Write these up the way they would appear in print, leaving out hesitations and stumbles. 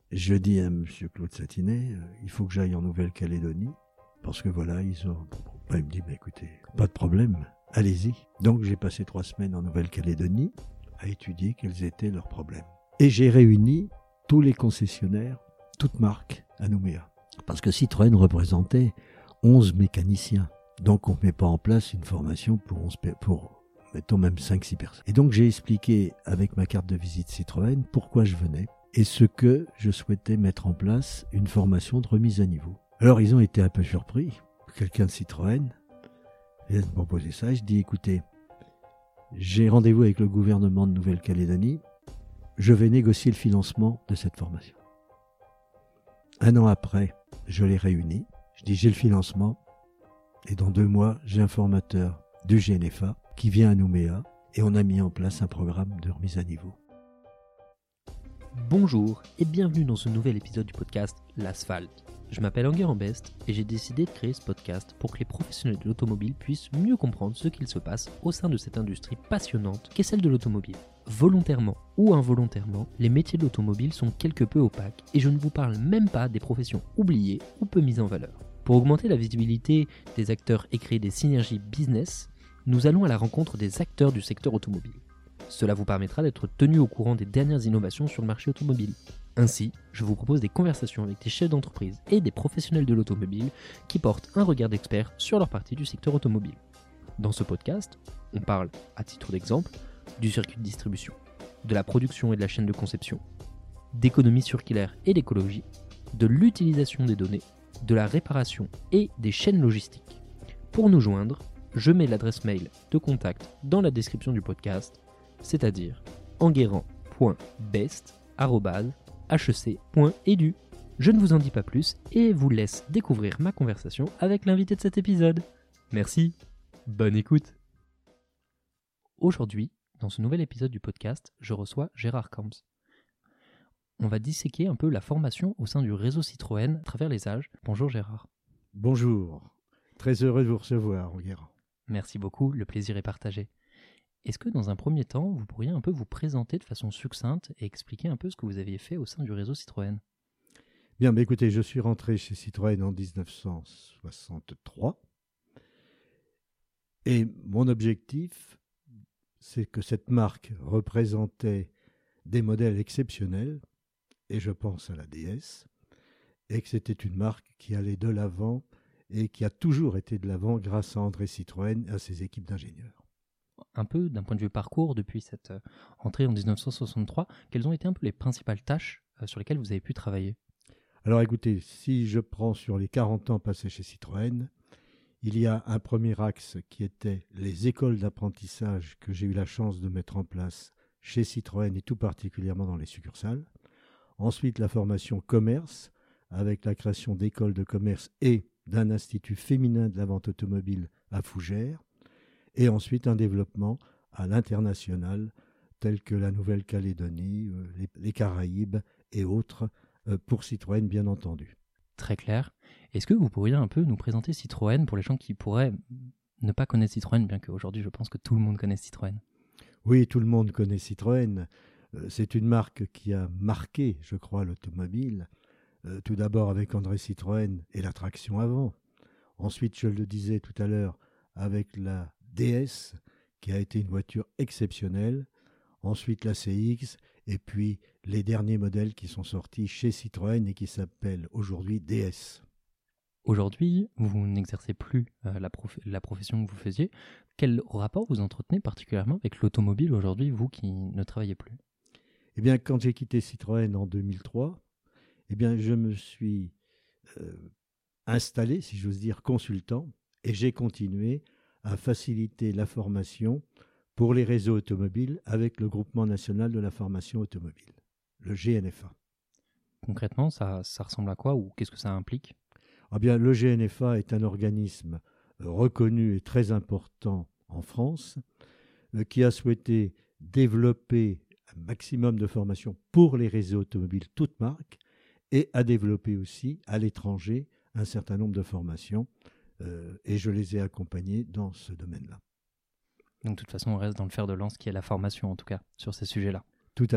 Je dis à M. Claude Satinet, il faut que j'aille en Nouvelle-Calédonie, parce que voilà, il me dit, écoutez, pas de problème, allez-y. Donc j'ai passé 3 semaines en Nouvelle-Calédonie à étudier quels étaient leurs problèmes. Et j'ai réuni tous les concessionnaires, toutes marques à Nouméa. Parce que Citroën représentait 11 mécaniciens. Donc on ne met pas en place une formation pour mettons même 5-6 personnes. Et donc j'ai expliqué avec ma carte de visite Citroën pourquoi je venais et ce que je souhaitais mettre en place, une formation de remise à niveau. Alors ils ont été un peu surpris. Quelqu'un de Citroën vient de me proposer ça. Je dis écoutez, j'ai rendez-vous avec le gouvernement de Nouvelle-Calédonie. Je vais négocier le financement de cette formation. 1 an après, je les réunis. Je dis j'ai le financement et dans 2 mois, j'ai un formateur du GNFA qui vient à Nouméa et on a mis en place un programme de remise à niveau. Bonjour et bienvenue dans ce nouvel épisode du podcast L'Asphalte. Je m'appelle Enguerrand Best et j'ai décidé de créer ce podcast pour que les professionnels de l'automobile puissent mieux comprendre ce qu'il se passe au sein de cette industrie passionnante qu'est celle de l'automobile. Volontairement ou involontairement, les métiers de l'automobile sont quelque peu opaques et je ne vous parle même pas des professions oubliées ou peu mises en valeur. Pour augmenter la visibilité des acteurs et créer des synergies business, nous allons à la rencontre des acteurs du secteur automobile. Cela vous permettra d'être tenu au courant des dernières innovations sur le marché automobile. Ainsi, je vous propose des conversations avec des chefs d'entreprise et des professionnels de l'automobile qui portent un regard d'expert sur leur partie du secteur automobile. Dans ce podcast, on parle, à titre d'exemple, du circuit de distribution, de la production et de la chaîne de conception, d'économie circulaire et d'écologie, de l'utilisation des données, de la réparation et des chaînes logistiques. Pour nous joindre, je mets l'adresse mail de contact dans la description du podcast, c'est-à-dire enguerrand.best@hec.edu. Je ne vous en dis pas plus et vous laisse découvrir ma conversation avec l'invité de cet épisode. Merci, bonne écoute. Aujourd'hui, dans ce nouvel épisode du podcast, je reçois Gérard Camps. On va disséquer un peu la formation au sein du réseau Citroën à travers les âges. Bonjour Gérard. Bonjour, très heureux de vous recevoir, Enguerrand. Merci beaucoup, le plaisir est partagé. Est-ce que dans un premier temps, vous pourriez un peu vous présenter de façon succincte et expliquer un peu ce que vous aviez fait au sein du réseau Citroën ? Bien, écoutez, je suis rentré chez Citroën en 1963 et mon objectif, c'est que cette marque représentait des modèles exceptionnels, et je pense à la DS, et que c'était une marque qui allait de l'avant et qui a toujours été de l'avant grâce à André Citroën et à ses équipes d'ingénieurs. Un peu d'un point de vue parcours, depuis cette entrée en 1963, quelles ont été un peu les principales tâches sur lesquelles vous avez pu travailler ? Alors écoutez, si je prends sur les 40 ans passés chez Citroën, il y a un premier axe qui était les écoles d'apprentissage que j'ai eu la chance de mettre en place chez Citroën et tout particulièrement dans les succursales. Ensuite, la formation commerce avec la création d'écoles de commerce et d'un institut féminin de la vente automobile à Fougères. Et ensuite un développement à l'international, tel que la Nouvelle-Calédonie, les Caraïbes et autres, pour Citroën bien entendu. Très clair. Est-ce que vous pourriez un peu nous présenter Citroën pour les gens qui pourraient ne pas connaître Citroën, bien qu'aujourd'hui je pense que tout le monde connaisse Citroën ? Oui, tout le monde connaît Citroën. C'est une marque qui a marqué, je crois, l'automobile. Tout d'abord avec André Citroën et la traction avant. Ensuite, je le disais tout à l'heure, avec la DS, qui a été une voiture exceptionnelle. Ensuite, la CX, et puis les derniers modèles qui sont sortis chez Citroën et qui s'appellent aujourd'hui DS. Aujourd'hui, vous n'exercez plus la profession que vous faisiez. Quel rapport vous entretenez particulièrement avec l'automobile aujourd'hui, vous qui ne travaillez plus ? Eh bien, quand j'ai quitté Citroën en 2003, eh bien, je me suis installé, si j'ose dire, consultant, et j'ai continué à faciliter la formation pour les réseaux automobiles avec le Groupement national de la formation automobile, le GNFA. Concrètement, ça ressemble à quoi ou qu'est-ce que ça implique ? Eh bien, le GNFA est un organisme reconnu et très important en France qui a souhaité développer un maximum de formation pour les réseaux automobiles, toutes marques, et a développé aussi à l'étranger un certain nombre de formations et je les ai accompagnés dans ce domaine-là. Donc de toute façon, on reste dans le fer de lance qui est la formation en tout cas, sur ces sujets-là. Tout à fait.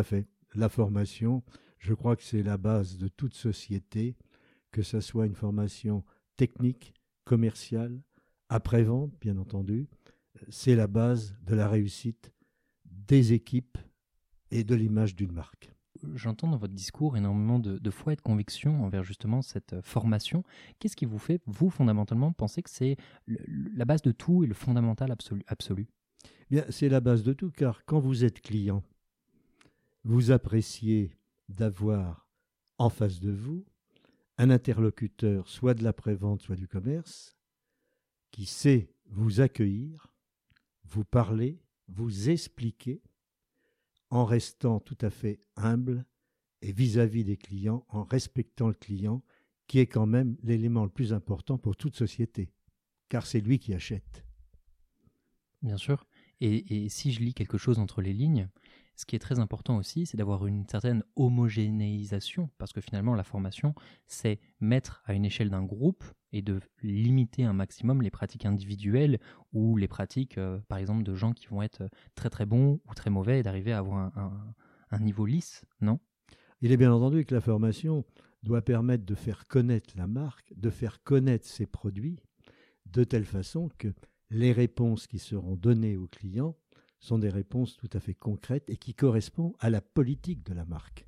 la formation, je crois que c'est la base de toute société, que ce soit une formation technique, commerciale, après-vente, bien entendu. C'est la base de la réussite des équipes et de l'image d'une marque. J'entends dans votre discours énormément de foi et de conviction envers justement cette formation. Qu'est-ce qui vous fait, vous, fondamentalement, penser que c'est la base de tout et le fondamental absolu? Bien, c'est la base de tout, car quand vous êtes client, vous appréciez d'avoir en face de vous un interlocuteur, soit de l'après-vente, soit du commerce, qui sait vous accueillir, vous parler, vous expliquer, en restant tout à fait humble et vis-à-vis des clients, en respectant le client, qui est quand même l'élément le plus important pour toute société, car c'est lui qui achète. Bien sûr. Et si je lis quelque chose entre les lignes, ce qui est très important aussi, c'est d'avoir une certaine homogénéisation, parce que finalement, la formation, c'est mettre à une échelle d'un groupe et de limiter un maximum les pratiques individuelles ou les pratiques, par exemple, de gens qui vont être très très bons ou très mauvais et d'arriver à avoir un niveau lisse, non? Il est bien entendu que la formation doit permettre de faire connaître la marque, de faire connaître ses produits, de telle façon que les réponses qui seront données aux clients sont des réponses tout à fait concrètes et qui correspondent à la politique de la marque.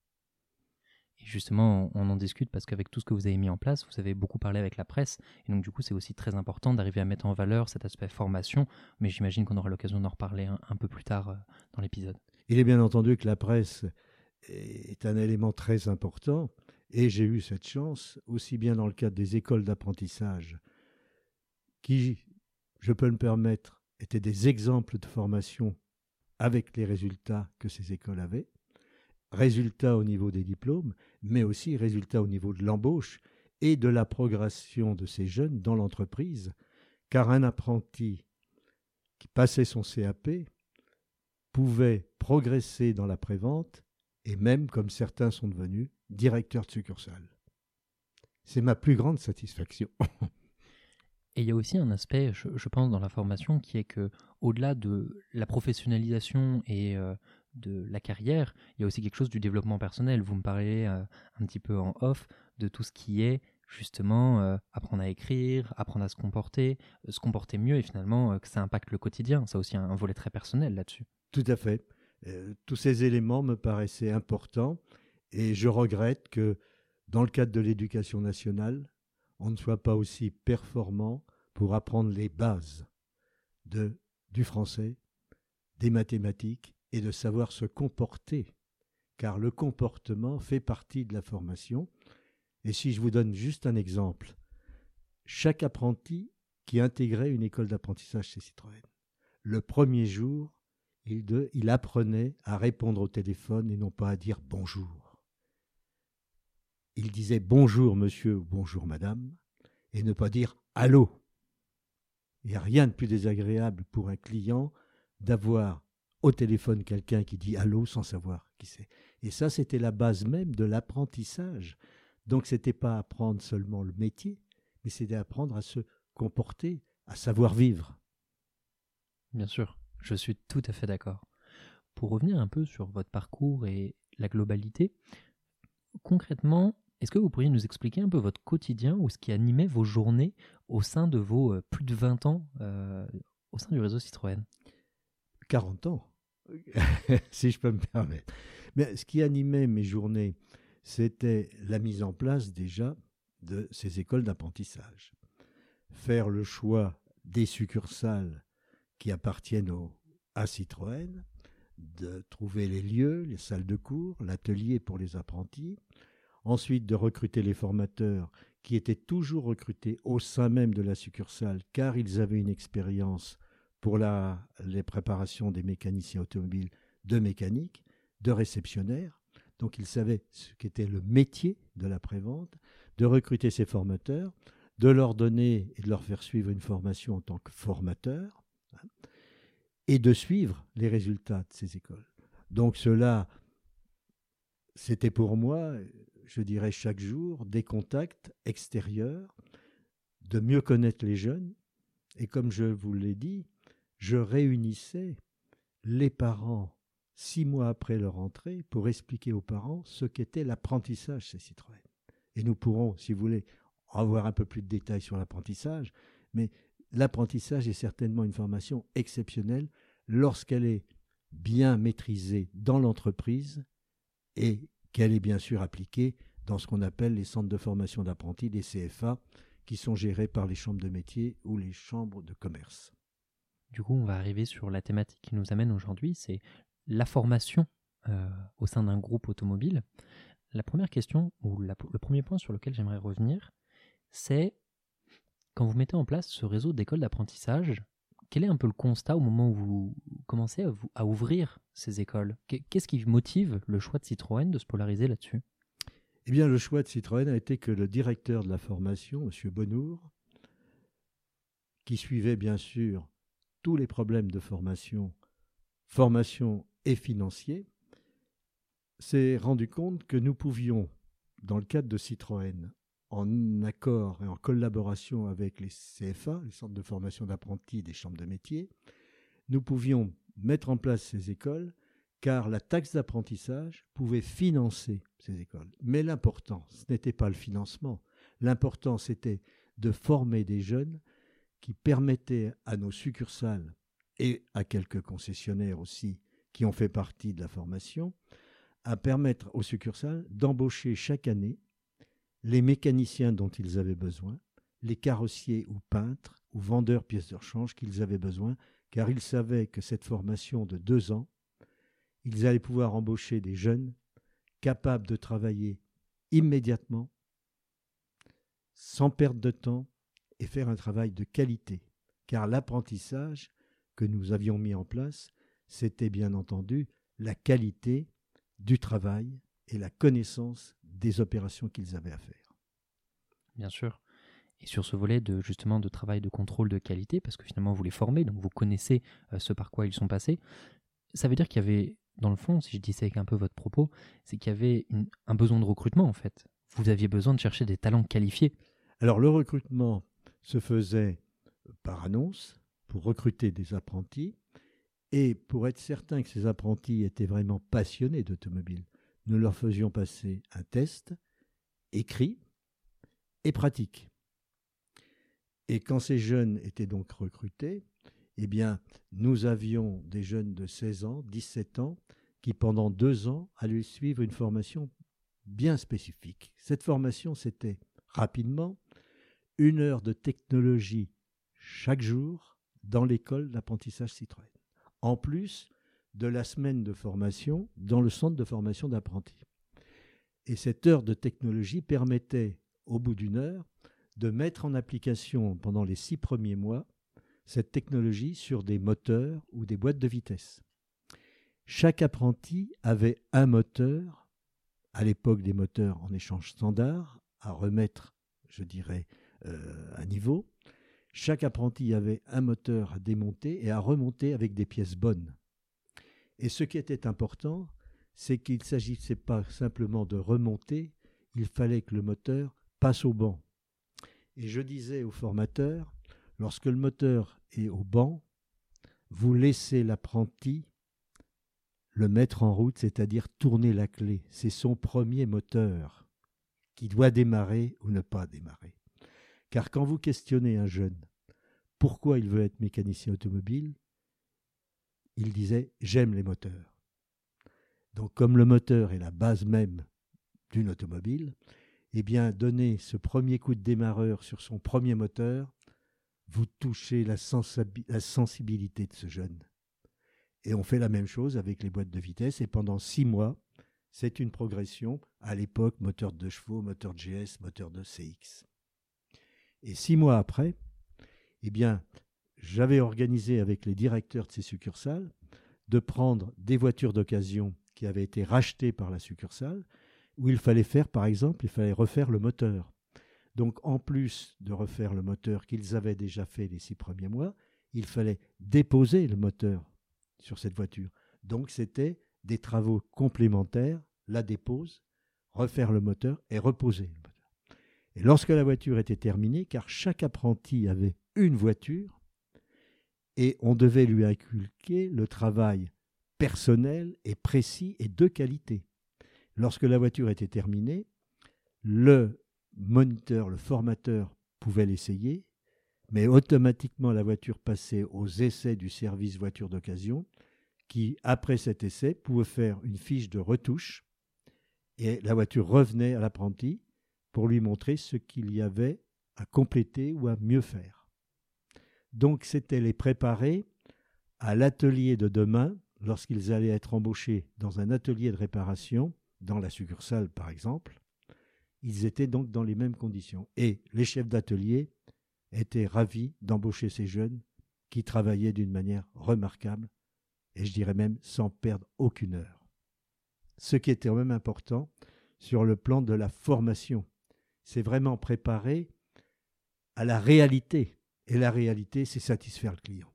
Et justement, on en discute parce qu'avec tout ce que vous avez mis en place, vous avez beaucoup parlé avec la presse. Et donc, du coup, c'est aussi très important d'arriver à mettre en valeur cet aspect formation. Mais j'imagine qu'on aura l'occasion d'en reparler un peu plus tard dans l'épisode. Il est bien entendu que la presse est un élément très important. Et j'ai eu cette chance, aussi bien dans le cadre des écoles d'apprentissage, qui, je peux me permettre, étaient des exemples de formation avec les résultats que ces écoles avaient, résultats au niveau des diplômes, mais aussi résultats au niveau de l'embauche et de la progression de ces jeunes dans l'entreprise, car un apprenti qui passait son CAP pouvait progresser dans la prévente et même, comme certains sont devenus, directeurs de succursale. C'est ma plus grande satisfaction. Et il y a aussi un aspect, je pense, dans la formation qui est que, au-delà de la professionnalisation et de la carrière, il y a aussi quelque chose du développement personnel. Vous me parlez un petit peu en off de tout ce qui est justement apprendre à écrire, apprendre à se comporter mieux et finalement que ça impacte le quotidien. Ça a aussi un volet très personnel là-dessus. Tout à fait. Tous ces éléments me paraissaient importants et je regrette que dans le cadre de l'éducation nationale, on ne soit pas aussi performant pour apprendre les bases du français, des mathématiques et de savoir se comporter, car le comportement fait partie de la formation. Et si je vous donne juste un exemple, chaque apprenti qui intégrait une école d'apprentissage chez Citroën, le premier jour, il apprenait à répondre au téléphone et non pas à dire bonjour. Il disait bonjour monsieur ou bonjour madame et ne pas dire allô. Il n'y a rien de plus désagréable pour un client d'avoir au téléphone quelqu'un qui dit allô sans savoir qui c'est. Et ça, c'était la base même de l'apprentissage. Donc, ce n'était pas apprendre seulement le métier, mais c'était apprendre à se comporter, à savoir vivre. Bien sûr, je suis tout à fait d'accord. Pour revenir un peu sur votre parcours et la globalité, concrètement, est-ce que vous pourriez nous expliquer un peu votre quotidien ou ce qui animait vos journées au sein de vos plus de 20 ans au sein du réseau Citroën? 40 ans, si je peux me permettre. Mais ce qui animait mes journées, c'était la mise en place déjà de ces écoles d'apprentissage. Faire le choix des succursales qui appartiennent à Citroën, de trouver les lieux, les salles de cours, l'atelier pour les apprentis, ensuite de recruter les formateurs qui étaient toujours recrutés au sein même de la succursale car ils avaient une expérience pour les préparations des mécaniciens automobiles de mécanique, de réceptionnaires, donc ils savaient ce qu'était le métier de l'après-vente, de recruter ces formateurs, de leur donner et de leur faire suivre une formation en tant que formateur, et de suivre les résultats de ces écoles. Donc cela, c'était pour moi, je dirais chaque jour, des contacts extérieurs, de mieux connaître les jeunes. Et comme je vous l'ai dit, je réunissais les parents 6 mois après leur entrée pour expliquer aux parents ce qu'était l'apprentissage chez Citroën. Et nous pourrons, si vous voulez, avoir un peu plus de détails sur l'apprentissage, mais l'apprentissage est certainement une formation exceptionnelle lorsqu'elle est bien maîtrisée dans l'entreprise et qu'elle est bien sûr appliquée dans ce qu'on appelle les centres de formation d'apprentis, des CFA, qui sont gérés par les chambres de métiers ou les chambres de commerce. Du coup, on va arriver sur la thématique qui nous amène aujourd'hui, c'est la formation au sein d'un groupe automobile. La première question, ou le premier point sur lequel j'aimerais revenir, c'est quand vous mettez en place ce réseau d'écoles d'apprentissage, quel est un peu le constat au moment où vous commencez à ouvrir ces écoles ? Qu'est-ce qui motive le choix de Citroën de se polariser là-dessus ? Eh bien, le choix de Citroën a été que le directeur de la formation, M. Bonnour, qui suivait bien sûr tous les problèmes de formation et financiers, s'est rendu compte que nous pouvions, dans le cadre de Citroën, en accord et en collaboration avec les CFA, les centres de formation d'apprentis des chambres de métiers, nous pouvions mettre en place ces écoles car la taxe d'apprentissage pouvait financer ces écoles. Mais l'important, ce n'était pas le financement. L'important, c'était de former des jeunes qui permettaient à nos succursales et à quelques concessionnaires aussi qui ont fait partie de la formation, à permettre aux succursales d'embaucher chaque année les mécaniciens dont ils avaient besoin, les carrossiers ou peintres ou vendeurs pièces de rechange qu'ils avaient besoin, car ils savaient que cette formation de 2 ans, ils allaient pouvoir embaucher des jeunes capables de travailler immédiatement, sans perdre de temps et faire un travail de qualité. Car l'apprentissage que nous avions mis en place, c'était bien entendu la qualité du travail et la connaissance des opérations qu'ils avaient à faire. Bien sûr. Et sur ce volet de travail de contrôle de qualité, parce que finalement vous les formez, donc vous connaissez ce par quoi ils sont passés, ça veut dire qu'il y avait, dans le fond, si je dissèque un peu votre propos, c'est qu'il y avait un besoin de recrutement en fait. Vous aviez besoin de chercher des talents qualifiés. Alors le recrutement se faisait par annonce pour recruter des apprentis et pour être certain que ces apprentis étaient vraiment passionnés d'automobile, nous leur faisions passer un test écrit et pratique. Et quand ces jeunes étaient donc recrutés, eh bien, nous avions des jeunes de 16 ans, 17 ans, qui pendant 2 ans allaient suivre une formation bien spécifique. Cette formation, c'était rapidement 1 heure de technologie chaque jour dans l'école d'apprentissage Citroën, en plus de la semaine de formation dans le centre de formation d'apprentis. Et cette heure de technologie permettait, au bout d'1 heure, de mettre en application pendant les 6 premiers mois cette technologie sur des moteurs ou des boîtes de vitesse. Chaque apprenti avait un moteur, à l'époque des moteurs en échange standard, à remettre, je dirais, à niveau. Chaque apprenti avait un moteur à démonter et à remonter avec des pièces bonnes. Et ce qui était important, c'est qu'il ne s'agissait pas simplement de remonter, il fallait que le moteur passe au banc. Et je disais aux formateurs, lorsque le moteur est au banc, vous laissez l'apprenti le mettre en route, c'est-à-dire tourner la clé. C'est son premier moteur qui doit démarrer ou ne pas démarrer. Car quand vous questionnez un jeune, pourquoi il veut être mécanicien automobile, il disait « j'aime les moteurs ». Donc comme le moteur est la base même d'une automobile, eh bien donner ce premier coup de démarreur sur son premier moteur, vous touchez la sensibilité de ce jeune. Et on fait la même chose avec les boîtes de vitesse. Et pendant 6 mois, c'est une progression. À l'époque, moteur de 2 chevaux, moteur de GS, moteur de CX. Et 6 mois après, eh bien, j'avais organisé avec les directeurs de ces succursales de prendre des voitures d'occasion qui avaient été rachetées par la succursale, où il fallait faire, par exemple, il fallait refaire le moteur. Donc, en plus de refaire le moteur qu'ils avaient déjà fait les 6 premiers mois, il fallait déposer le moteur sur cette voiture. Donc, c'était des travaux complémentaires, la dépose, refaire le moteur et reposer le moteur. Et lorsque la voiture était terminée, car chaque apprenti avait une voiture, et on devait lui inculquer le travail personnel et précis et de qualité. Lorsque la voiture était terminée, le moniteur, le formateur pouvait l'essayer, mais automatiquement la voiture passait aux essais du service voiture d'occasion qui, après cet essai, pouvait faire une fiche de retouche et la voiture revenait à l'apprenti pour lui montrer ce qu'il y avait à compléter ou à mieux faire. Donc c'était les préparer à l'atelier de demain lorsqu'ils allaient être embauchés dans un atelier de réparation, dans la succursale par exemple. Ils étaient donc dans les mêmes conditions. Et les chefs d'atelier étaient ravis d'embaucher ces jeunes qui travaillaient d'une manière remarquable et je dirais même sans perdre aucune heure. Ce qui était même important sur le plan de la formation, c'est vraiment préparer à la réalité. Et la réalité, c'est satisfaire le client.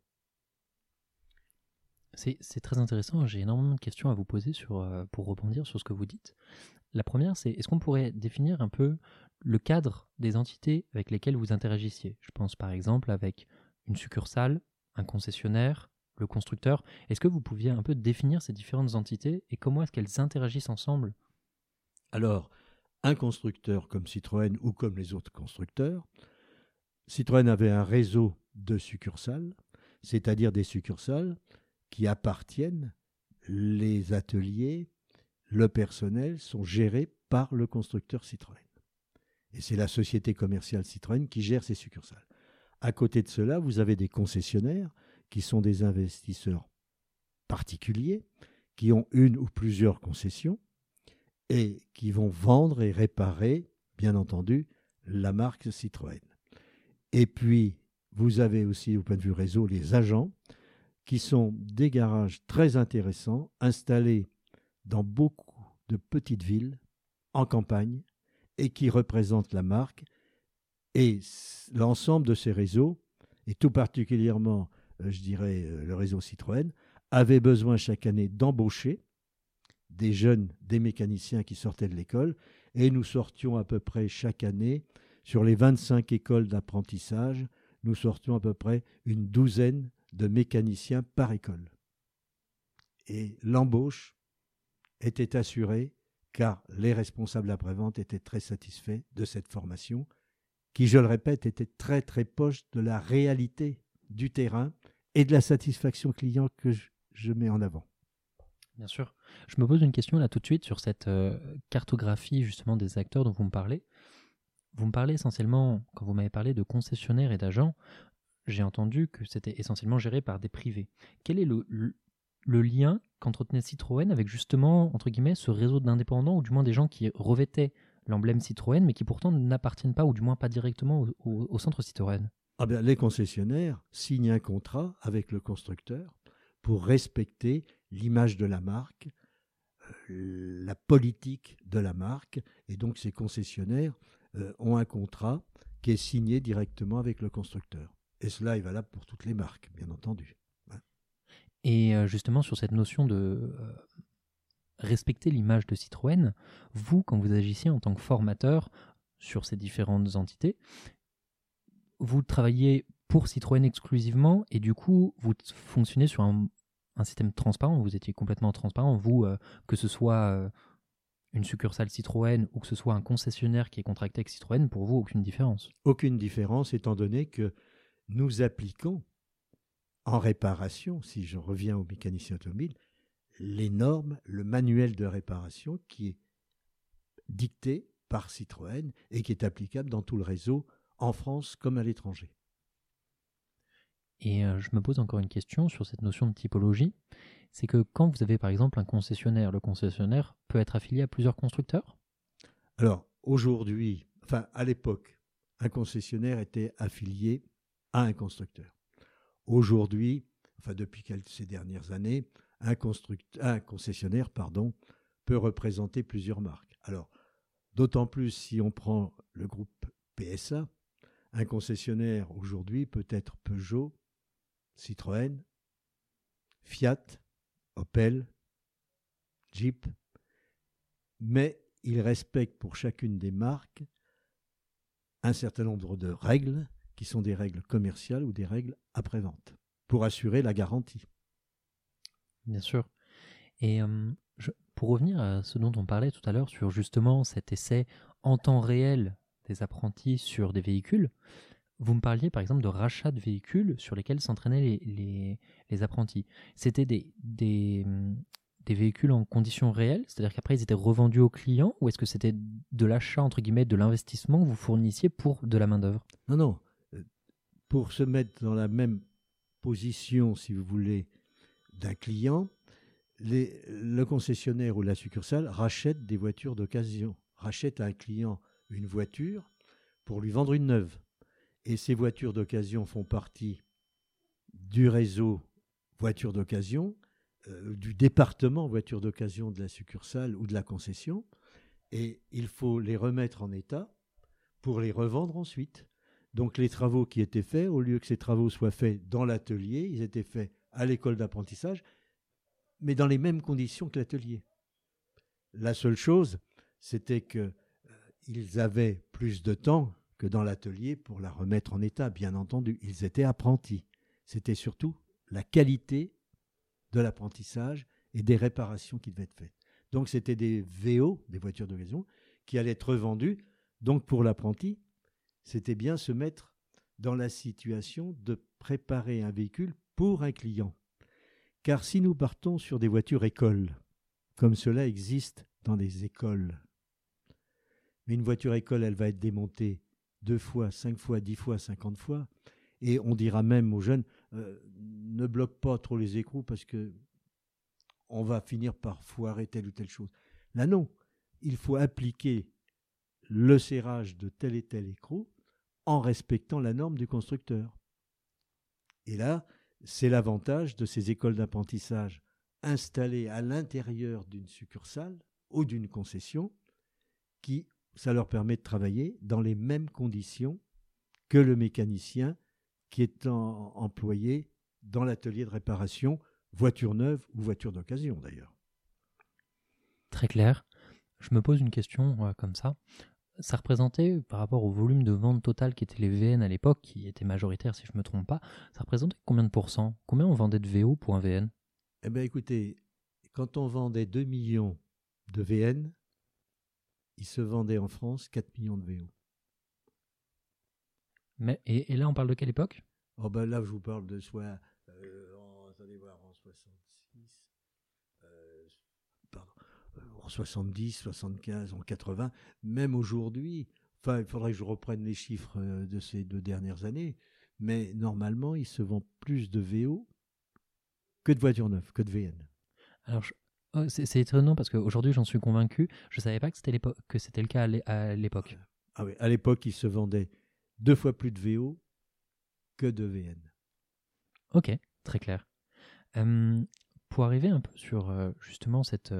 C'est très intéressant. J'ai énormément de questions à vous poser pour rebondir sur ce que vous dites. La première, c'est est-ce qu'on pourrait définir un peu le cadre des entités avec lesquelles vous interagissiez? Je pense par exemple avec une succursale, un concessionnaire, le constructeur. Est-ce que vous pouviez un peu définir ces différentes entités et comment est-ce qu'elles interagissent ensemble? Alors, un constructeur comme Citroën ou comme les autres constructeurs, Citroën avait un réseau de succursales, c'est-à-dire des succursales qui appartiennent, les ateliers, le personnel sont gérés par le constructeur Citroën. Et c'est la société commerciale Citroën qui gère ces succursales. À côté de cela, vous avez des concessionnaires qui sont des investisseurs particuliers, qui ont une ou plusieurs concessions et qui vont vendre et réparer, bien entendu, la marque Citroën. Et puis, vous avez aussi, au point de vue réseau, les agents, qui sont des garages très intéressants, installés dans beaucoup de petites villes, en campagne, et qui représentent la marque. Et l'ensemble de ces réseaux, et tout particulièrement, je dirais, le réseau Citroën, avait besoin chaque année d'embaucher des jeunes, des mécaniciens qui sortaient de l'école, et nous sortions à peu près chaque année, sur les 25 écoles d'apprentissage, nous sortions à peu près une douzaine de mécaniciens par école. Et l'embauche était assurée car les responsables après-vente étaient très satisfaits de cette formation qui, je le répète, était très très proche de la réalité du terrain et de la satisfaction client que je mets en avant. Bien sûr. Je me pose une question là tout de suite sur cette cartographie justement des acteurs dont vous me parlez. Vous me parlez essentiellement, quand vous m'avez parlé de concessionnaires et d'agents, j'ai entendu que c'était essentiellement géré par des privés. Quel est le lien qu'entretenait Citroën avec justement, entre guillemets, ce réseau d'indépendants, ou du moins des gens qui revêtaient l'emblème Citroën, mais qui pourtant n'appartiennent pas, ou du moins pas directement au centre Citroën? Ah bien, les concessionnaires signent un contrat avec le constructeur pour respecter l'image de la marque, la politique de la marque, et donc ces concessionnaires ont un contrat qui est signé directement avec le constructeur. Et cela est valable pour toutes les marques, bien entendu. Et justement, sur cette notion de respecter l'image de Citroën, vous, quand vous agissiez en tant que formateur sur ces différentes entités, vous travaillez pour Citroën exclusivement et du coup, vous fonctionnez sur un système transparent, vous étiez complètement transparent, vous, que ce soit une succursale Citroën ou que ce soit un concessionnaire qui est contracté avec Citroën, pour vous, aucune différence? Aucune différence, étant donné que nous appliquons en réparation, si je reviens au mécanicien automobile, les normes, le manuel de réparation qui est dicté par Citroën et qui est applicable dans tout le réseau, en France comme à l'étranger. Et je me pose encore une question sur cette notion de typologie. C'est que quand vous avez par exemple un concessionnaire, le concessionnaire peut être affilié à plusieurs constructeurs? Alors, aujourd'hui, enfin à l'époque, un concessionnaire était affilié à un constructeur. Aujourd'hui, enfin depuis ces dernières années, un concessionnaire peut représenter plusieurs marques. Alors, d'autant plus si on prend le groupe PSA, un concessionnaire aujourd'hui peut être Peugeot, Citroën, Fiat, Opel, Jeep, mais il respecte pour chacune des marques un certain nombre de règles qui sont des règles commerciales ou des règles après-vente pour assurer la garantie. Bien sûr. Et pour revenir à ce dont on parlait tout à l'heure sur justement cet essai en temps réel des apprentis sur des véhicules, vous me parliez par exemple de rachat de véhicules sur lesquels s'entraînaient les apprentis. C'était des véhicules en conditions réelles, c'est-à-dire qu'après ils étaient revendus aux clients, ou est-ce que c'était de l'achat, entre guillemets, de l'investissement que vous fournissiez pour de la main-d'œuvre? Non, non. Pour se mettre dans la même position, si vous voulez, d'un client, le concessionnaire ou la succursale rachète des voitures d'occasion, rachète à un client une voiture pour lui vendre une neuve. Et ces voitures d'occasion font partie du réseau voitures d'occasion, du département voitures d'occasion de la succursale ou de la concession, et il faut les remettre en état pour les revendre ensuite. Donc les travaux qui étaient faits, au lieu que ces travaux soient faits dans l'atelier, ils étaient faits à l'école d'apprentissage, mais dans les mêmes conditions que l'atelier. La seule chose, c'était qu'ils avaient plus de temps que dans l'atelier pour la remettre en état, bien entendu. Ils étaient apprentis. C'était surtout la qualité de l'apprentissage et des réparations qui devaient être faites. Donc c'était des VO, des voitures d'occasion, qui allaient être revendues. Donc pour l'apprenti, c'était bien se mettre dans la situation de préparer un véhicule pour un client. Car si nous partons sur des voitures écoles, comme cela existe dans les écoles, mais une voiture école, elle va être démontée 2 fois, 5 fois, 10 fois, 50 fois, et on dira même aux jeunes, ne bloque pas trop les écrous parce que on va finir par foirer telle ou telle chose. Là non, il faut appliquer le serrage de tel et tel écrou en respectant la norme du constructeur. Et là, c'est l'avantage de ces écoles d'apprentissage installées à l'intérieur d'une succursale ou d'une concession qui, ça leur permet de travailler dans les mêmes conditions que le mécanicien qui est employé dans l'atelier de réparation, voiture neuve ou voiture d'occasion d'ailleurs. Très clair. Je me pose une question comme ça. Ça représentait, par rapport au volume de vente total qui étaient les VN à l'époque, qui était majoritaire si je ne me trompe pas, ça représentait combien de pourcents? Combien on vendait de VO pour un VN? Eh bien écoutez, quand on vendait 2 millions de VN, il se vendait en France 4 millions de VO. Mais, et là on parle de quelle époque? Oh ben là je vous parle de soit, attendez voir, en 66, en 70, 75, en 80, même aujourd'hui, enfin il faudrait que je reprenne les chiffres de ces 2 dernières années, mais normalement il se vend plus de VO que de voitures neuves, que de VN. Alors c'est étonnant parce qu'aujourd'hui j'en suis convaincu, je ne savais pas que c'était le cas à l'époque. Ah oui, à l'époque il se vendait 2 fois plus de VO que de VN. Ok, très clair. Pour arriver un peu sur justement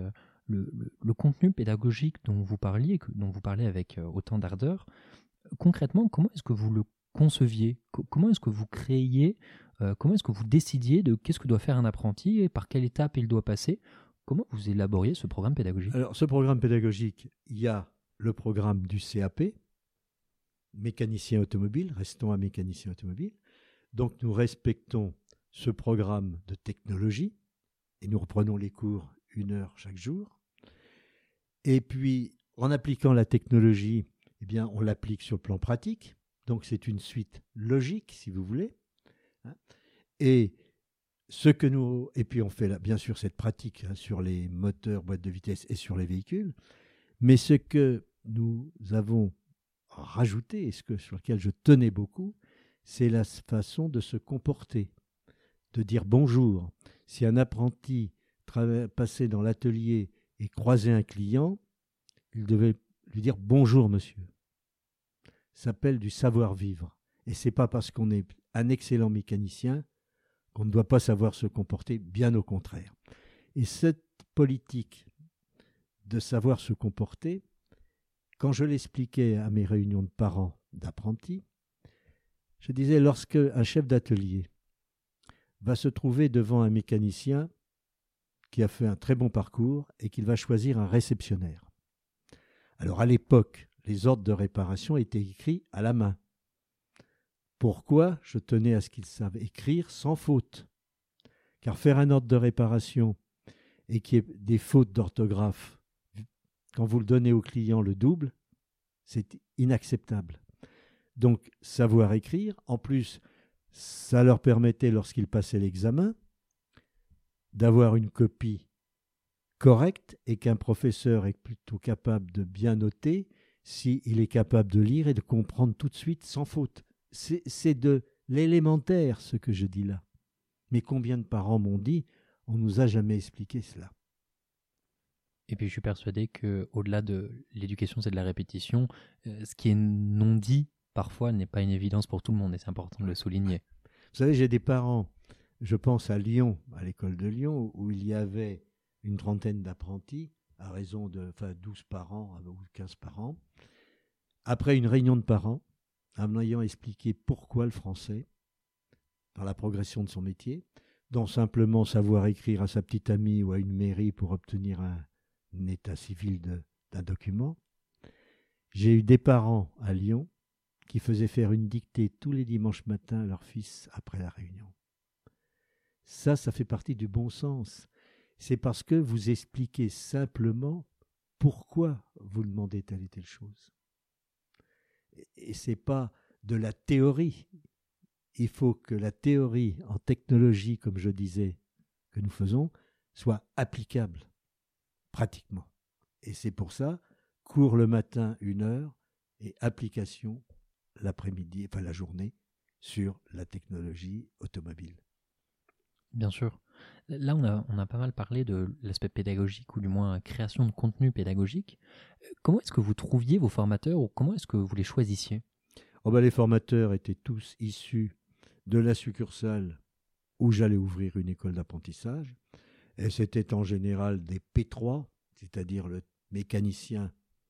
le contenu pédagogique dont vous parliez, dont vous parlez avec autant d'ardeur, concrètement, comment est-ce que vous le conceviez? Comment est-ce que vous créiez? Comment est-ce que vous décidiez de qu'est-ce que doit faire un apprenti et par quelle étape il doit passer? Comment vous élaboriez ce programme pédagogique? Alors, ce programme pédagogique, il y a le programme du CAP, mécanicien automobile, restons à mécanicien automobile. Donc, nous respectons ce programme de technologie et nous reprenons les cours 1 heure chaque jour. Et puis, en appliquant la technologie, eh bien, on l'applique sur le plan pratique. Donc, c'est une suite logique, si vous voulez. Et puis, on fait bien sûr cette pratique sur les moteurs, boîtes de vitesse et sur les véhicules. Mais ce que nous avons rajouté, et sur lequel je tenais beaucoup, c'est la façon de se comporter, de dire bonjour. Si un apprenti passait dans l'atelier et croisait un client, il devait lui dire bonjour monsieur. Ça s'appelle du savoir-vivre. Et ce n'est pas parce qu'on est un excellent mécanicien qu'on ne doit pas savoir se comporter, bien au contraire. Et cette politique de savoir se comporter, quand je l'expliquais à mes réunions de parents d'apprentis, je disais, lorsque un chef d'atelier va se trouver devant un mécanicien qui a fait un très bon parcours et qu'il va choisir un réceptionnaire. Alors à l'époque, les ordres de réparation étaient écrits à la main. Pourquoi je tenais à ce qu'ils savent écrire sans faute? Car faire un ordre de réparation et qu'il y ait des fautes d'orthographe, quand vous le donnez au client le double, c'est inacceptable. Donc, savoir écrire, en plus, ça leur permettait, lorsqu'ils passaient l'examen, d'avoir une copie correcte et qu'un professeur est plutôt capable de bien noter s'il est capable de lire et de comprendre tout de suite sans faute. C'est de l'élémentaire ce que je dis là. Mais combien de parents m'ont dit « on ne nous a jamais expliqué cela ». Et puis je suis persuadé qu'au-delà de l'éducation, c'est de la répétition. Ce qui est non dit, parfois, n'est pas une évidence pour tout le monde et c'est important de le souligner. Vous savez, j'ai des parents, je pense à Lyon, à l'école de Lyon, où il y avait une trentaine d'apprentis, à raison de 12 par an ou 15 par an. Après une réunion de parents, en m'ayant expliqué pourquoi le français, par la progression de son métier, dont simplement savoir écrire à sa petite amie ou à une mairie pour obtenir un état civil d'un document. J'ai eu des parents à Lyon qui faisaient faire une dictée tous les dimanches matins à leur fils après la réunion. Ça fait partie du bon sens. C'est parce que vous expliquez simplement pourquoi vous demandez telle et telle chose. Et ce n'est pas de la théorie. Il faut que la théorie en technologie, comme je disais, que nous faisons, soit applicable pratiquement. Et c'est pour ça, cours le matin 1 heure et application l'après-midi, la journée, sur la technologie automobile. Bien sûr. Là, on a pas mal parlé de l'aspect pédagogique ou du moins création de contenu pédagogique. Comment est-ce que vous trouviez vos formateurs ou comment est-ce que vous les choisissiez ? Les formateurs étaient tous issus de la succursale où j'allais ouvrir une école d'apprentissage. Et c'était en général des P3, c'est-à-dire le mécanicien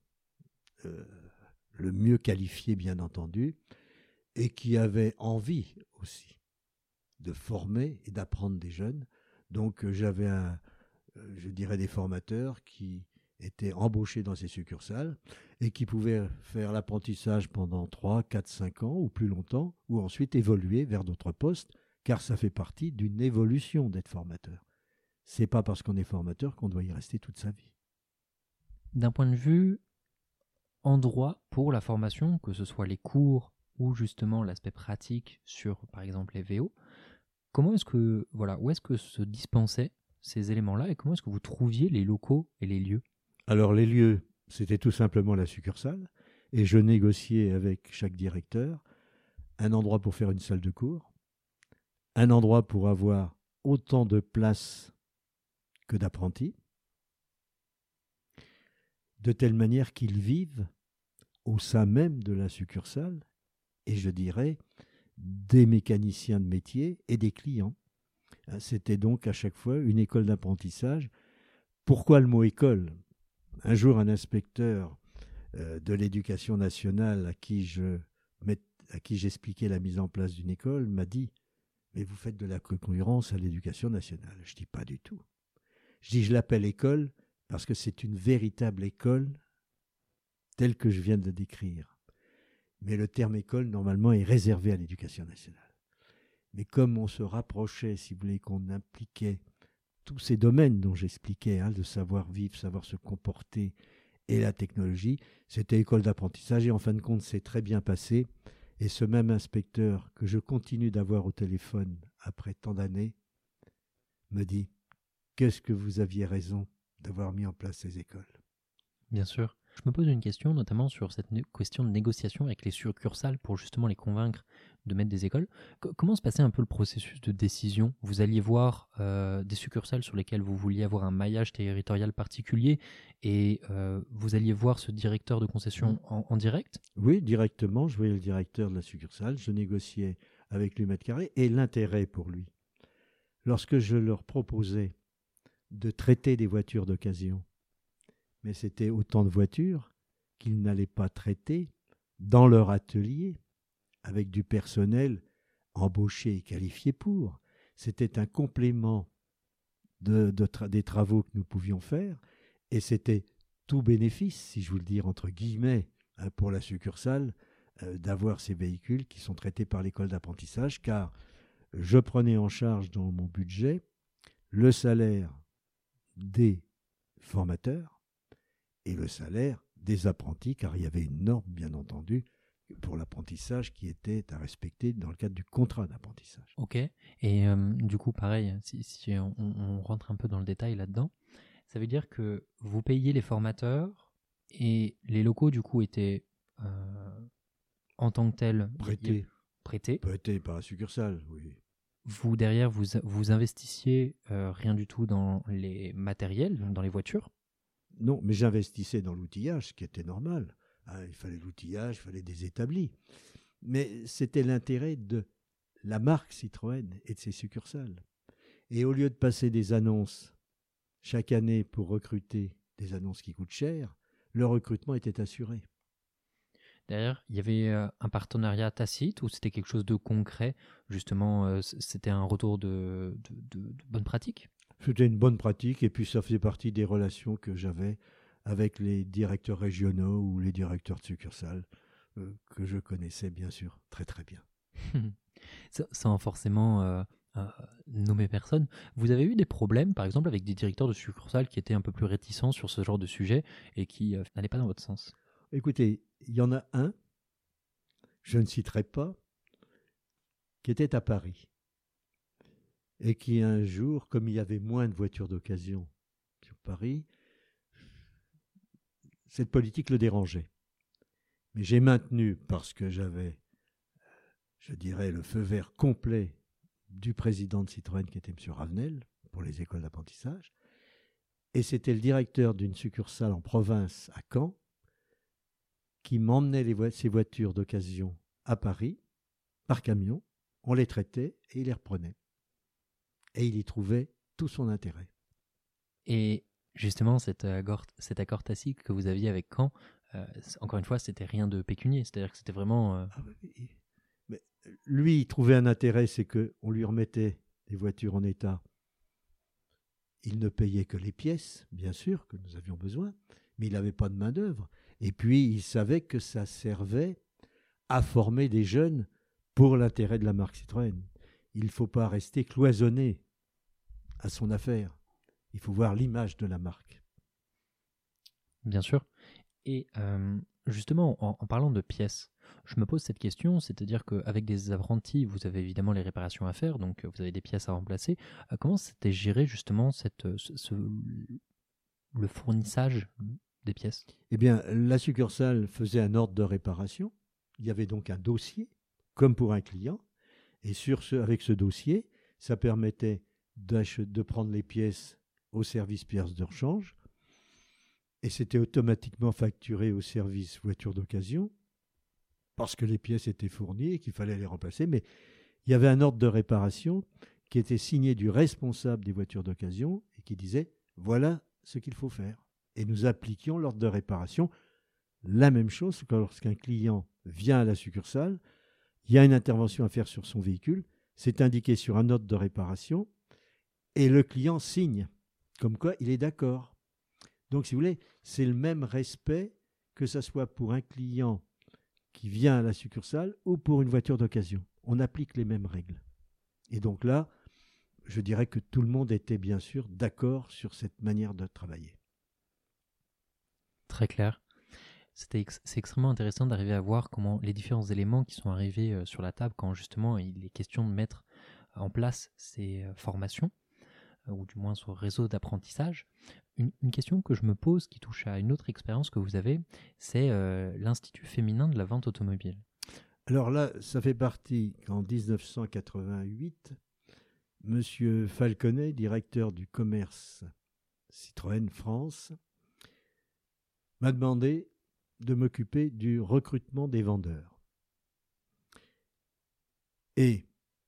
le mieux qualifié, bien entendu, et qui avait envie aussi de former et d'apprendre des jeunes. Donc j'avais des formateurs qui étaient embauchés dans ces succursales et qui pouvaient faire l'apprentissage pendant 3, 4, 5 ans ou plus longtemps, ou ensuite évoluer vers d'autres postes, car ça fait partie d'une évolution d'être formateur. C'est pas parce qu'on est formateur qu'on doit y rester toute sa vie. D'un point de vue endroit pour la formation, que ce soit les cours ou justement l'aspect pratique sur, par exemple, les VO, où est-ce que se dispensaient ces éléments-là et comment est-ce que vous trouviez les locaux et les lieux ? Alors les lieux, c'était tout simplement la succursale et je négociais avec chaque directeur un endroit pour faire une salle de cours, un endroit pour avoir autant de places que d'apprentis, de telle manière qu'ils vivent au sein même de la succursale, et je dirais des mécaniciens de métier et des clients. C'était donc à chaque fois une école d'apprentissage. Pourquoi le mot école ? Un jour, un inspecteur de l'éducation nationale à qui j'expliquais la mise en place d'une école m'a dit « Mais vous faites de la concurrence à l'éducation nationale ». Je dis « Pas du tout ». Je dis « Je l'appelle école parce que c'est une véritable école telle que je viens de décrire. Mais le terme école, normalement, est réservé à l'éducation nationale. Mais comme on se rapprochait, si vous voulez, qu'on impliquait tous ces domaines dont j'expliquais, le savoir-vivre, savoir se comporter et la technologie, c'était école d'apprentissage et en fin de compte, c'est très bien passé. Et ce même inspecteur que je continue d'avoir au téléphone après tant d'années me dit « Qu'est-ce que vous aviez raison d'avoir mis en place ces écoles ?» Bien sûr. Je me pose une question, notamment sur cette question de négociation avec les succursales pour justement les convaincre de mettre des écoles. Comment se passait un peu le processus de décision ? Vous alliez voir des succursales sur lesquelles vous vouliez avoir un maillage territorial particulier et vous alliez voir ce directeur de concession en direct ? Oui, directement. Je voyais le directeur de la succursale. Je négociais avec lui mètre carré et l'intérêt pour lui. Lorsque je leur proposais de traiter des voitures d'occasion, mais c'était autant de voitures qu'ils n'allaient pas traiter dans leur atelier avec du personnel embauché et qualifié pour. C'était un complément des travaux que nous pouvions faire et c'était tout bénéfice, si je vous le dis entre guillemets, pour la succursale, d'avoir ces véhicules qui sont traités par l'école d'apprentissage, car je prenais en charge dans mon budget le salaire des formateurs et le salaire des apprentis, car il y avait une norme, bien entendu, pour l'apprentissage qui était à respecter dans le cadre du contrat d'apprentissage. Ok. Et du coup, pareil, si on rentre un peu dans le détail là-dedans, ça veut dire que vous payiez les formateurs et les locaux, du coup, étaient en tant que tels prêtés. Prêté par la succursale, oui. Vous, derrière, vous investissiez rien du tout dans les matériels, donc dans les voitures. Non, mais j'investissais dans l'outillage, ce qui était normal. Il fallait l'outillage, il fallait des établis. Mais c'était l'intérêt de la marque Citroën et de ses succursales. Et au lieu de passer des annonces chaque année pour recruter, des annonces qui coûtent cher, le recrutement était assuré. Derrière, il y avait un partenariat tacite ou c'était quelque chose de concret? Justement, c'était un retour de bonne pratique? C'était une bonne pratique et puis ça faisait partie des relations que j'avais avec les directeurs régionaux ou les directeurs de succursales que je connaissais bien sûr très très bien. Sans forcément nommer personne. Vous avez eu des problèmes, par exemple, avec des directeurs de succursales qui étaient un peu plus réticents sur ce genre de sujet et qui n'allaient pas dans votre sens? Écoutez, il y en a un, je ne citerai pas, qui était à Paris et qui un jour, comme il y avait moins de voitures d'occasion sur Paris, cette politique le dérangeait. Mais j'ai maintenu, parce que j'avais, je dirais, le feu vert complet du président de Citroën, qui était M. Ravenel, pour les écoles d'apprentissage, et c'était le directeur d'une succursale en province, à Caen, qui m'emmenait ces voitures d'occasion à Paris, par camion, on les traitait et il les reprenait. Et il y trouvait tout son intérêt. Et justement, cet accord tacite que vous aviez avec Caen, encore une fois, c'était rien de pécunier, c'est-à-dire que c'était vraiment... Mais lui, il trouvait un intérêt, c'est qu'on lui remettait des voitures en état. Il ne payait que les pièces, bien sûr, que nous avions besoin, mais il n'avait pas de main-d'œuvre. Et puis, il savait que ça servait à former des jeunes pour l'intérêt de la marque Citroën. Il ne faut pas rester cloisonné à son affaire. Il faut voir l'image de la marque. Bien sûr. Et justement, en parlant de pièces, je me pose cette question, c'est-à-dire qu'avec des apprentis, vous avez évidemment les réparations à faire, donc vous avez des pièces à remplacer. Comment c'était géré justement le fournissage des pièces? Eh bien, la succursale faisait un ordre de réparation. Il y avait donc un dossier, comme pour un client. Et avec ce dossier, ça permettait de prendre les pièces au service pièces de rechange. Et c'était automatiquement facturé au service voiture d'occasion, parce que les pièces étaient fournies et qu'il fallait les remplacer. Mais il y avait un ordre de réparation qui était signé du responsable des voitures d'occasion et qui disait « voilà ce qu'il faut faire ». Et nous appliquions l'ordre de réparation. La même chose que lorsqu'un client vient à la succursale, il y a une intervention à faire sur son véhicule, c'est indiqué sur un ordre de réparation et le client signe, comme quoi il est d'accord. Donc, si vous voulez, c'est le même respect que ce soit pour un client qui vient à la succursale ou pour une voiture d'occasion. On applique les mêmes règles. Et donc là, je dirais que tout le monde était bien sûr d'accord sur cette manière de travailler. Très clair. C'est extrêmement intéressant d'arriver à voir comment les différents éléments qui sont arrivés sur la table quand justement il est question de mettre en place ces formations, ou du moins ce réseau d'apprentissage. Une question que je me pose qui touche à une autre expérience que vous avez, c'est l'Institut féminin de la vente automobile. Alors là, ça fait partie qu'en 1988, M. Falconet, directeur du commerce Citroën France, m'a demandé de m'occuper du recrutement des vendeurs. Et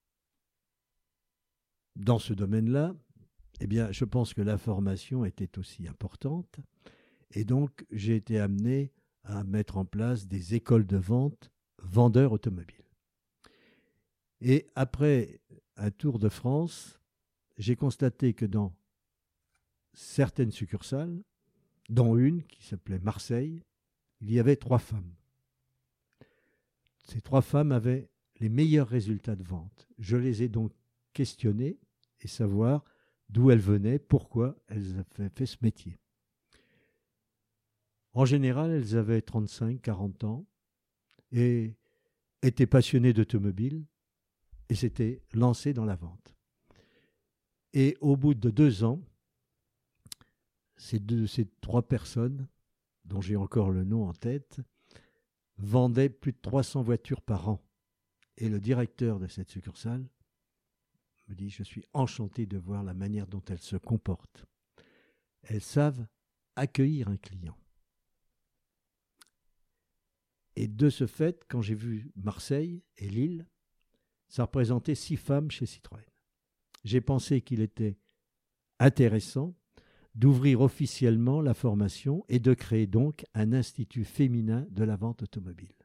dans ce domaine-là, eh bien, je pense que la formation était aussi importante. Et donc, j'ai été amené à mettre en place des écoles de vente vendeurs automobiles. Et après un tour de France, j'ai constaté que dans certaines succursales, dont une qui s'appelait Marseille, il y avait 3 femmes. Ces 3 femmes avaient les meilleurs résultats de vente. Je les ai donc questionnées et savoir d'où elles venaient, pourquoi elles avaient fait ce métier. En général, elles avaient 35, 40 ans et étaient passionnées d'automobile et s'étaient lancées dans la vente. Et au bout de 2 ans, ces 3 personnes, dont j'ai encore le nom en tête, vendaient plus de 300 voitures par an. Et le directeur de cette succursale me dit « Je suis enchanté de voir la manière dont elles se comportent. Elles savent accueillir un client. » Et de ce fait, quand j'ai vu Marseille et Lille, ça représentait 6 femmes chez Citroën. J'ai pensé qu'il était intéressant d'ouvrir officiellement la formation et de créer donc un institut féminin de la vente automobile.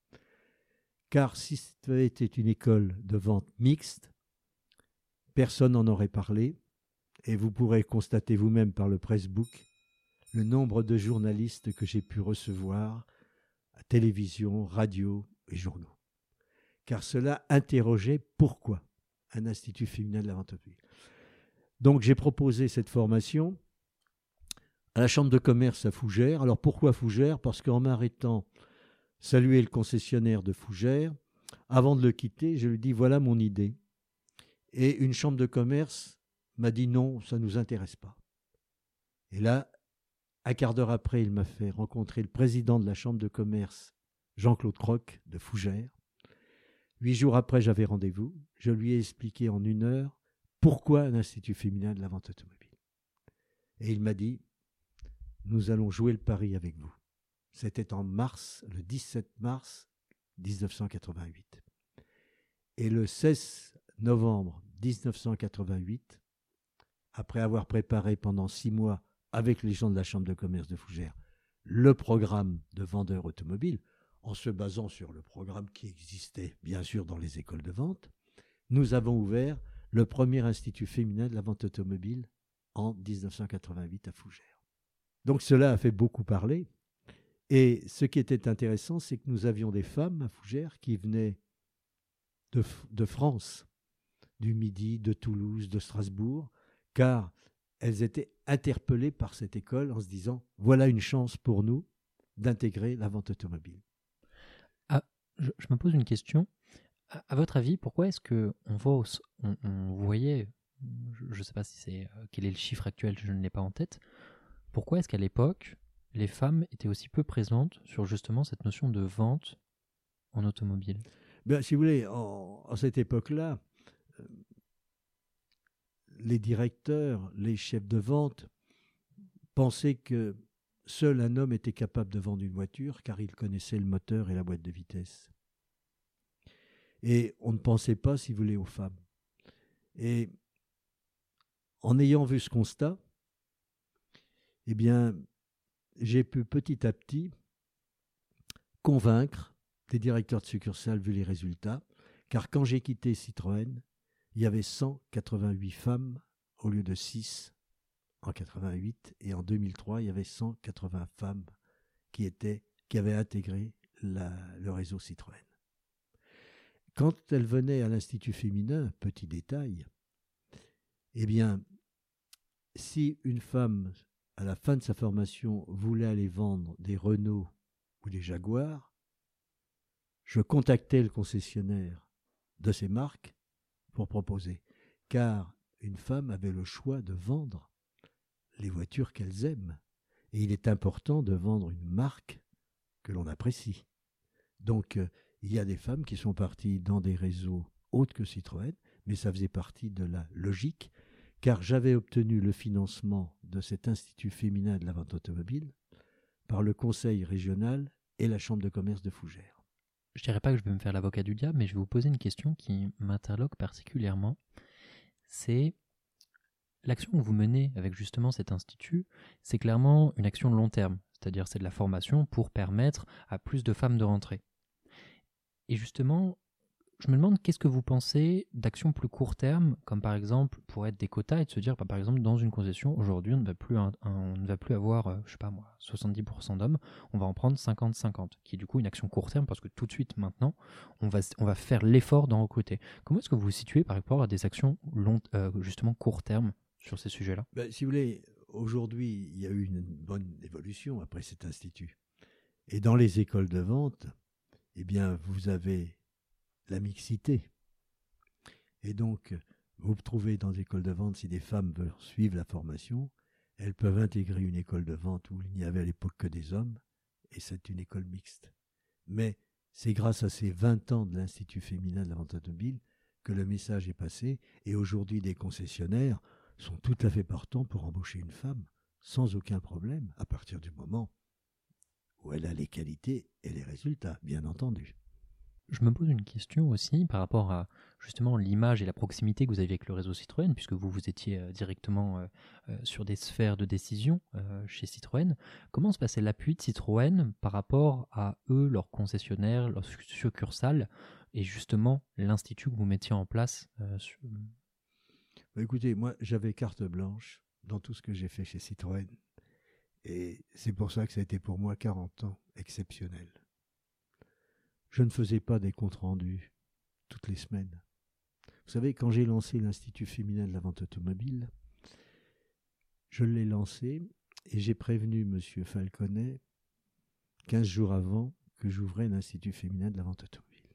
Car si c'était une école de vente mixte, personne n'en aurait parlé et vous pourrez constater vous-même par le Pressbook le nombre de journalistes que j'ai pu recevoir à télévision, radio et journaux. Car cela interrogeait pourquoi un institut féminin de la vente automobile. Donc j'ai proposé cette formation à la Chambre de commerce à Fougères. Alors pourquoi Fougères ? Parce qu'en m'arrêtant saluer le concessionnaire de Fougères, avant de le quitter, je lui dis voilà mon idée. Et une chambre de commerce m'a dit non, ça ne nous intéresse pas. Et là, un quart d'heure après, il m'a fait rencontrer le président de la chambre de commerce, Jean-Claude Croc de Fougères. 8 jours après, j'avais rendez-vous. Je lui ai expliqué en 1 heure pourquoi un institut féminin de la vente automobile. Et il m'a dit nous allons jouer le pari avec vous. C'était en mars, le 17 mars 1988. Et le 16 novembre 1988, après avoir préparé pendant 6 mois avec les gens de la Chambre de commerce de Fougères le programme de vendeurs automobiles, en se basant sur le programme qui existait bien sûr dans les écoles de vente, nous avons ouvert le premier institut féminin de la vente automobile en 1988 à Fougères. Donc cela a fait beaucoup parler. Et ce qui était intéressant, c'est que nous avions des femmes à Fougères qui venaient de France, du Midi, de Toulouse, de Strasbourg, car elles étaient interpellées par cette école en se disant « Voilà une chance pour nous d'intégrer la vente automobile. » Je me pose une question. À votre avis, pourquoi est-ce qu'on voyait, je ne sais pas si c'est quel est le chiffre actuel, je ne l'ai pas en tête, pourquoi est-ce qu'à l'époque, les femmes étaient aussi peu présentes sur justement cette notion de vente en automobile ? Bien, si vous voulez, en cette époque-là, les directeurs, les chefs de vente pensaient que seul un homme était capable de vendre une voiture car il connaissait le moteur et la boîte de vitesse. Et on ne pensait pas, si vous voulez, aux femmes. Et en ayant vu ce constat, eh bien, j'ai pu petit à petit convaincre des directeurs de succursales vu les résultats, car quand j'ai quitté Citroën, il y avait 188 femmes au lieu de 6 en 88, et en 2003, il y avait 180 femmes qui avaient intégré le réseau Citroën. Quand elles venaient à l'Institut féminin, petit détail, eh bien, si une femme, à la fin de sa formation, voulait aller vendre des Renault ou des Jaguars, je contactais le concessionnaire de ces marques pour proposer, car une femme avait le choix de vendre les voitures qu'elles aiment, et il est important de vendre une marque que l'on apprécie. Donc, il y a des femmes qui sont parties dans des réseaux autres que Citroën, mais ça faisait partie de la logique, car j'avais obtenu le financement de cet institut féminin de la vente automobile par le conseil régional et la chambre de commerce de Fougères. Je ne dirais pas que je vais me faire l'avocat du diable, mais je vais vous poser une question qui m'interloque particulièrement. C'est l'action que vous menez avec justement cet institut, c'est clairement une action de long terme, c'est-à-dire c'est de la formation pour permettre à plus de femmes de rentrer. Et justement, je me demande qu'est-ce que vous pensez d'actions plus court terme, comme par exemple pour être des quotas et de se dire, par exemple, dans une concession, aujourd'hui, on ne va plus avoir, je sais pas moi, 70% d'hommes, on va en prendre 50-50, qui est du coup une action court terme parce que tout de suite, maintenant, on va faire l'effort d'en recruter. Comment est-ce que vous vous situez par rapport à des actions justement court terme sur ces sujets-là? Si vous voulez, aujourd'hui, il y a eu une bonne évolution après cet institut. Et dans les écoles de vente, eh bien, vous avez la mixité. Et donc, vous trouvez dans les écoles de vente, si des femmes veulent suivre la formation, elles peuvent intégrer une école de vente où il n'y avait à l'époque que des hommes, et c'est une école mixte. Mais c'est grâce à ces 20 ans de l'Institut féminin de la vente automobile que le message est passé, et aujourd'hui des concessionnaires sont tout à fait partants pour embaucher une femme sans aucun problème, à partir du moment où elle a les qualités et les résultats, bien entendu. Je me pose une question aussi par rapport à justement l'image et la proximité que vous aviez avec le réseau Citroën, puisque vous étiez directement sur des sphères de décision chez Citroën. Comment se passait l'appui de Citroën par rapport à eux, leurs concessionnaires, leurs succursales, et justement l'institut que vous mettiez en place Écoutez, moi j'avais carte blanche dans tout ce que j'ai fait chez Citroën. Et c'est pour ça que ça a été pour moi 40 ans exceptionnel. Je ne faisais pas des comptes rendus toutes les semaines. Vous savez, quand j'ai lancé l'Institut féminin de la vente automobile, je l'ai lancé et j'ai prévenu M. Falconet 15 jours avant que j'ouvrais l'Institut féminin de la vente automobile.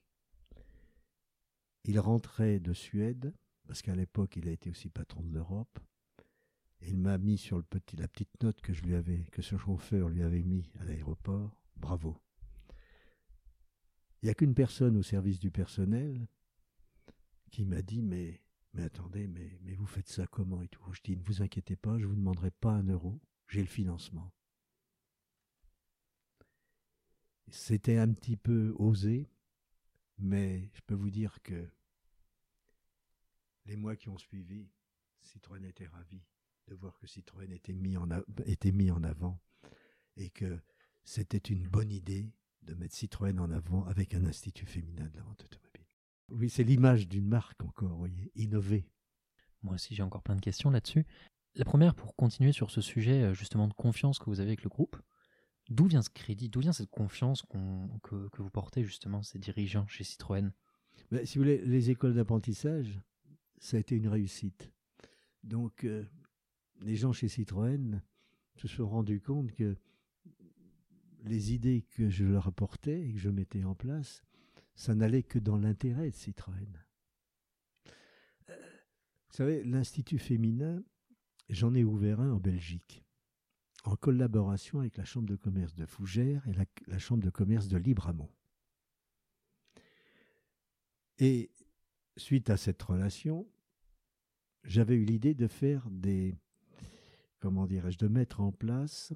Il rentrait de Suède, parce qu'à l'époque il a été aussi patron de l'Europe, et il m'a mis sur la petite note que ce chauffeur lui avait mis à l'aéroport. Bravo. Il n'y a qu'une personne au service du personnel qui m'a dit mais attendez, mais vous faites ça comment et tout. Je dis ne vous inquiétez pas, je ne vous demanderai pas un euro, j'ai le financement. C'était un petit peu osé, mais je peux vous dire que les mois qui ont suivi, Citroën était ravi de voir que Citroën était mis en avant et que c'était une bonne idée de mettre Citroën en avant avec un institut féminin de la vente automobile. Oui, c'est l'image d'une marque encore, vous voyez, innover. Moi aussi, j'ai encore plein de questions là-dessus. La première, pour continuer sur ce sujet justement de confiance que vous avez avec le groupe, d'où vient ce crédit, d'où vient cette confiance que vous portez justement, ces dirigeants chez Citroën? Si vous voulez, les écoles d'apprentissage, ça a été une réussite. Donc, les gens chez Citroën se sont rendus compte que les idées que je leur apportais et que je mettais en place, ça n'allait que dans l'intérêt de Citroën. Vous savez, l'Institut féminin, j'en ai ouvert un en Belgique, en collaboration avec la Chambre de commerce de Fougères et la Chambre de commerce de Libramont. Et suite à cette relation, j'avais eu l'idée de faire de mettre en place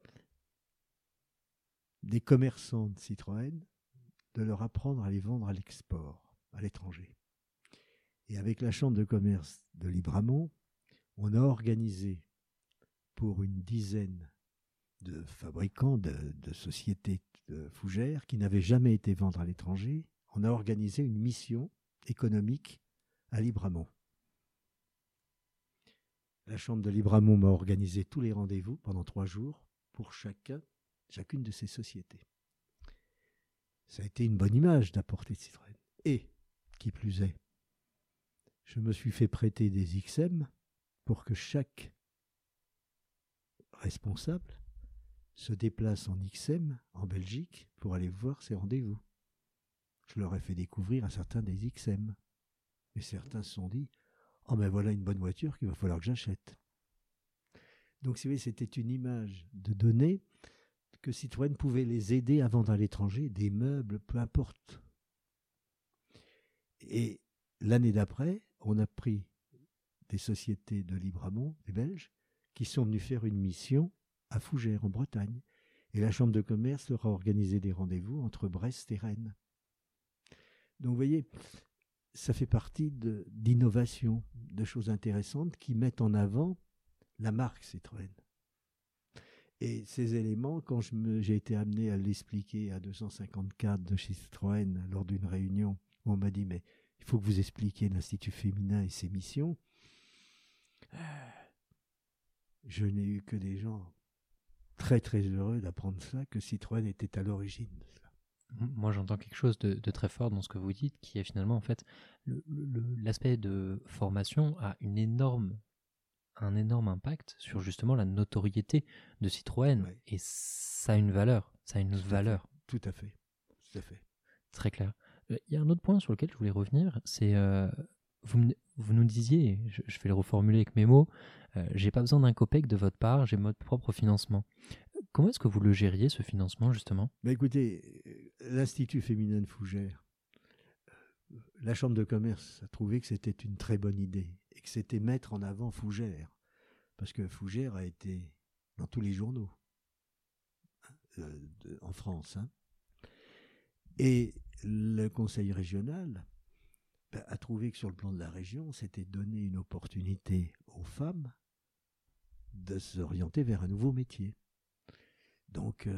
des commerçants de Citroën, de leur apprendre à les vendre à l'export, à l'étranger. Et avec la Chambre de commerce de Libramont, on a organisé pour une dizaine de fabricants de sociétés de fougères qui n'avaient jamais été vendre à l'étranger, on a organisé une mission économique à Libramont. La Chambre de Libramont m'a organisé tous les rendez-vous pendant 3 jours pour chacune de ces sociétés. Ça a été une bonne image d'apporter Citroën. Et, qui plus est, je me suis fait prêter des XM pour que chaque responsable se déplace en XM en Belgique pour aller voir ces rendez-vous. Je leur ai fait découvrir à certains des XM. Et certains se sont dit « Oh, mais voilà une bonne voiture qu'il va falloir que j'achète. » Donc, si vous voyez, c'était une image de données que Citroën pouvait les aider à vendre à l'étranger, des meubles, peu importe. Et l'année d'après, on a pris des sociétés de Libramont, des Belges, qui sont venus faire une mission à Fougères, en Bretagne. Et la Chambre de commerce leur a organisé des rendez-vous entre Brest et Rennes. Donc, vous voyez, ça fait partie d'innovations, de choses intéressantes qui mettent en avant la marque Citroën. Et ces éléments, quand j'ai été amené à l'expliquer à 254 de chez Citroën lors d'une réunion, où on m'a dit « mais il faut que vous expliquiez l'Institut féminin et ses missions », je n'ai eu que des gens très très heureux d'apprendre ça, que Citroën était à l'origine de cela. Moi, j'entends quelque chose de très fort dans ce que vous dites, qui est finalement en fait l'aspect de formation a une énorme un énorme impact sur justement la notoriété de Citroën. Ouais. Et ça a une valeur. Ça a une valeur. Tout à fait. Tout à fait. Très clair. Il y a un autre point sur lequel je voulais revenir, c'est vous nous disiez, je vais le reformuler avec mes mots, j'ai pas besoin d'un copec de votre part, j'ai mon propre financement. Comment est-ce que vous le gériez ce financement justement? Mais écoutez, l'Institut féminin de Fougères, la Chambre de commerce a trouvé que c'était une très bonne idée et que c'était mettre en avant Fougères, parce que Fougères a été dans tous les journaux en France. Hein. Et le conseil régional a trouvé que sur le plan de la région, c'était donner une opportunité aux femmes de s'orienter vers un nouveau métier. Donc,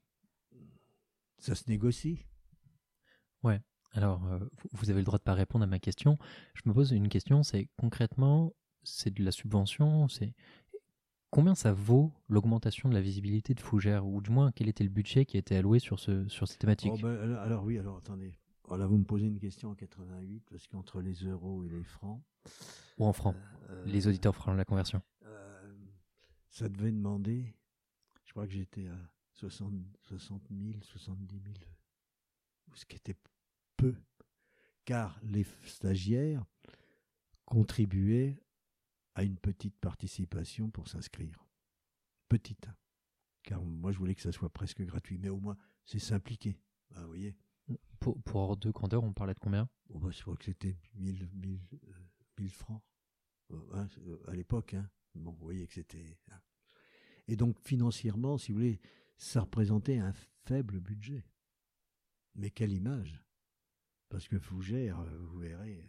ça se négocie. Ouais. Alors, vous avez le droit de pas répondre à ma question. Je me pose une question, c'est concrètement, c'est de la subvention, c'est combien ça vaut l'augmentation de la visibilité de Fougères, ou du moins quel était le budget qui a été alloué sur ces thématiques? Oh ben, alors oui, alors attendez. Là, vous me posez une question en 88, parce qu'entre les euros et les francs... Ou en francs. Les auditeurs feront la conversion. Ça devait demander, je crois que j'étais à 60 000, 70 000, ce qui était peu, car les stagiaires contribuaient à une petite participation pour s'inscrire. Petite, car moi je voulais que ça soit presque gratuit, mais au moins c'est s'impliquer, vous voyez. Pour ordre de grandeur, on parlait de combien? Je crois que c'était 1000 francs à l'époque. Hein. Bon, vous voyez que c'était... Hein. Et donc financièrement, si vous voulez, ça représentait un faible budget. Mais quelle image! Parce que Fougères, vous verrez,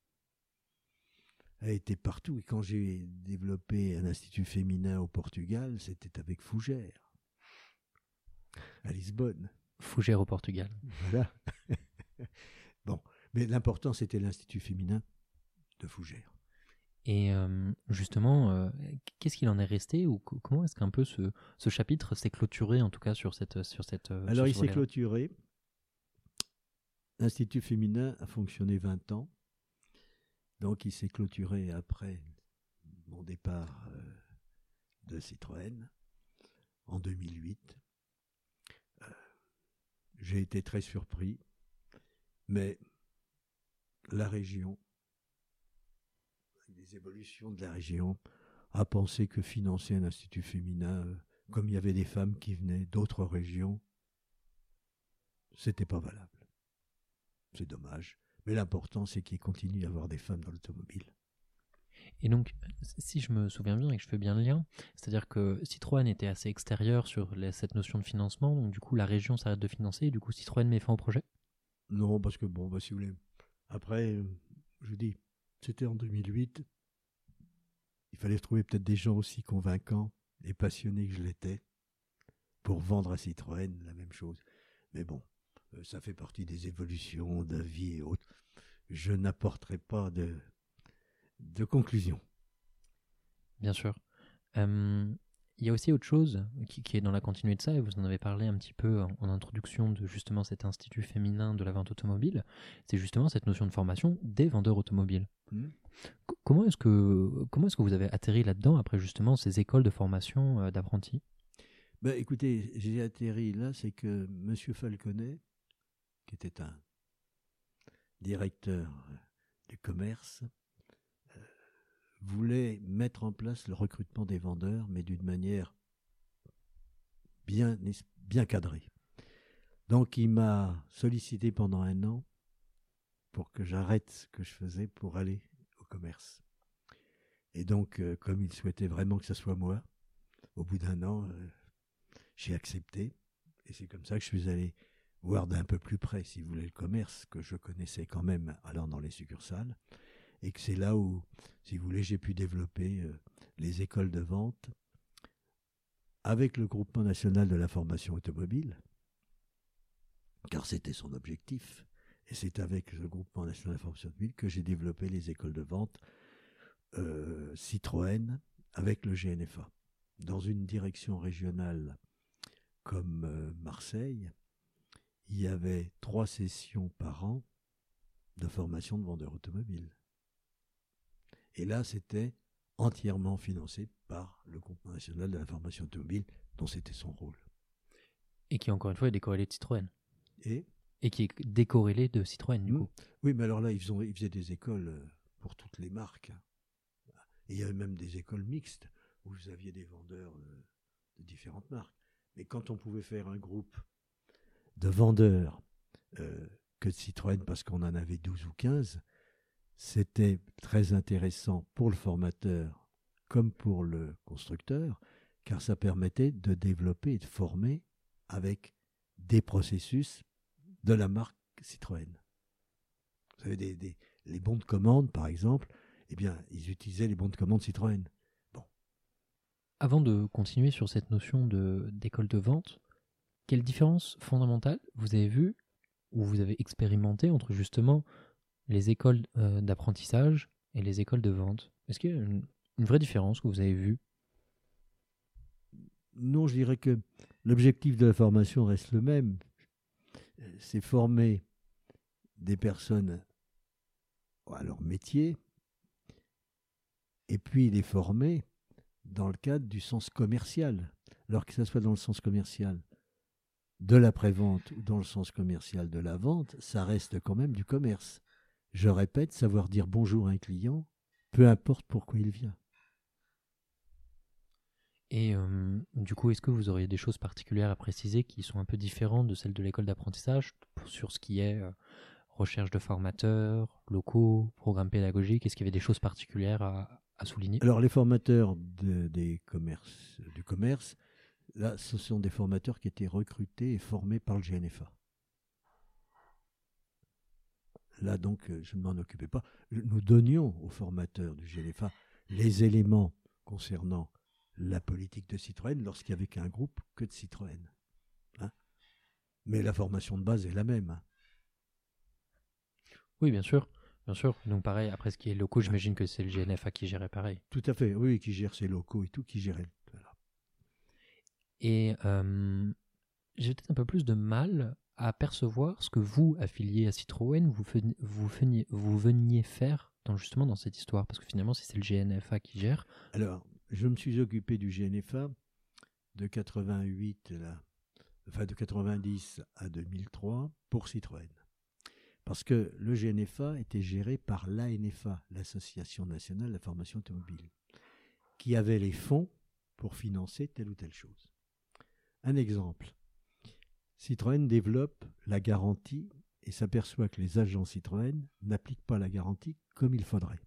a été partout. Et quand j'ai développé un institut féminin au Portugal, c'était avec Fougères, à Lisbonne. Fougères au Portugal. Voilà. Bon, mais l'important, c'était l'institut féminin de Fougères. Et justement, qu'est-ce qu'il en est resté, ou comment est-ce qu'un peu ce chapitre s'est clôturé, en tout cas sur cette Alors, il s'est clôturé. L'Institut féminin a fonctionné 20 ans. Donc, il s'est clôturé après mon départ de Citroën en 2008. J'ai été très surpris, mais la région, les évolutions de la région, a pensé que financer un institut féminin, comme il y avait des femmes qui venaient d'autres régions, c'était pas valable. C'est dommage. Mais l'important, c'est qu'il continue à y avoir des femmes dans l'automobile. Et donc, si je me souviens bien et que je fais bien le lien, c'est-à-dire que Citroën était assez extérieur sur cette notion de financement, donc du coup, la région s'arrête de financer, et du coup, Citroën met fin au projet? Non, parce que bon, si vous voulez. Après, je vous dis, c'était en 2008. Il fallait trouver peut-être des gens aussi convaincants et passionnés que je l'étais pour vendre à Citroën la même chose. Mais bon, ça fait partie des évolutions de vie et autres. Je n'apporterai pas de conclusion. Bien sûr. Il y a aussi autre chose qui est dans la continuité de ça, et vous en avez parlé un petit peu en introduction de justement cet institut féminin de la vente automobile, c'est justement cette notion de formation des vendeurs automobiles. Comment est-ce que vous avez atterri là-dedans après justement ces écoles de formation d'apprentis? Écoutez, j'ai atterri là, c'est que M. Falconet, qui était un directeur du commerce, voulait mettre en place le recrutement des vendeurs, mais d'une manière bien cadrée. Donc il m'a sollicité pendant 1 an pour que j'arrête ce que je faisais pour aller au commerce. Et donc, comme il souhaitait vraiment que ce soit moi, au bout d'1 an, j'ai accepté. Et c'est comme ça que je suis allé voir d'un peu plus près, si vous voulez, le commerce, que je connaissais quand même allant dans les succursales. Et que c'est là où, si vous voulez, j'ai pu développer les écoles de vente avec le Groupement national de la formation automobile, car c'était son objectif. Et c'est avec le Groupement national de la formation automobile que j'ai développé les écoles de vente Citroën avec le GNFA. Dans une direction régionale comme Marseille, il y avait 3 sessions par an de formation de vendeurs automobiles. Et là, c'était entièrement financé par le Groupement national de la formation automobile, dont c'était son rôle. Et qui, encore une fois, est décorrélé de Citroën. Et qui est décorrélé de Citroën, du coup. Oui, mais alors là, ils faisaient des écoles pour toutes les marques. Et il y avait même des écoles mixtes, où vous aviez des vendeurs de différentes marques. Mais quand on pouvait faire un groupe de vendeurs que de Citroën, parce qu'on en avait 12 ou 15, c'était très intéressant pour le formateur comme pour le constructeur, car ça permettait de développer et de former avec des processus de la marque Citroën. Vous savez, les bons de commande, par exemple, eh bien, ils utilisaient les bons de commande Citroën. Bon. Avant de continuer sur cette notion d'école de vente, quelle différence fondamentale vous avez vue ou vous avez expérimenté entre justement les écoles d'apprentissage et les écoles de vente? Est-ce qu'il y a une vraie différence que vous avez vue? Non, je dirais que l'objectif de la formation reste le même. C'est former des personnes à leur métier et puis les former dans le cadre du sens commercial. Alors que ce soit dans le sens commercial de l'après-vente ou dans le sens commercial de la vente, ça reste quand même du commerce. Je répète, savoir dire bonjour à un client, peu importe pourquoi il vient. Et du coup, est-ce que vous auriez des choses particulières à préciser qui sont un peu différentes de celles de l'école d'apprentissage sur ce qui est recherche de formateurs, locaux, programmes pédagogiques? Est-ce qu'il y avait des choses particulières à souligner? Alors, les formateurs du commerce, là, ce sont des formateurs qui étaient recrutés et formés par le GNFA. Là, donc, je ne m'en occupais pas. Nous donnions aux formateurs du GNFA les éléments concernant la politique de Citroën lorsqu'il n'y avait qu'un groupe que de Citroën. Hein, mais la formation de base est la même. Hein. Oui, bien sûr. Bien sûr. Donc pareil, après ce qui est locaux, j'imagine que c'est le GNFA qui gérait pareil. Tout à fait, oui, qui gère ses locaux et tout, qui gérait. Voilà. Et j'ai peut-être un peu plus de mal à percevoir ce que vous, affiliés à Citroën, vous veniez faire justement dans cette histoire. Parce que finalement, si c'est le GNFA qui gère... Alors, je me suis occupé du GNFA de 88, de 90 à 2003 pour Citroën. Parce que le GNFA était géré par l'ANFA, l'Association nationale de la formation automobile, qui avait les fonds pour financer telle ou telle chose. Un exemple, Citroën développe la garantie et s'aperçoit que les agents Citroën n'appliquent pas la garantie comme il faudrait.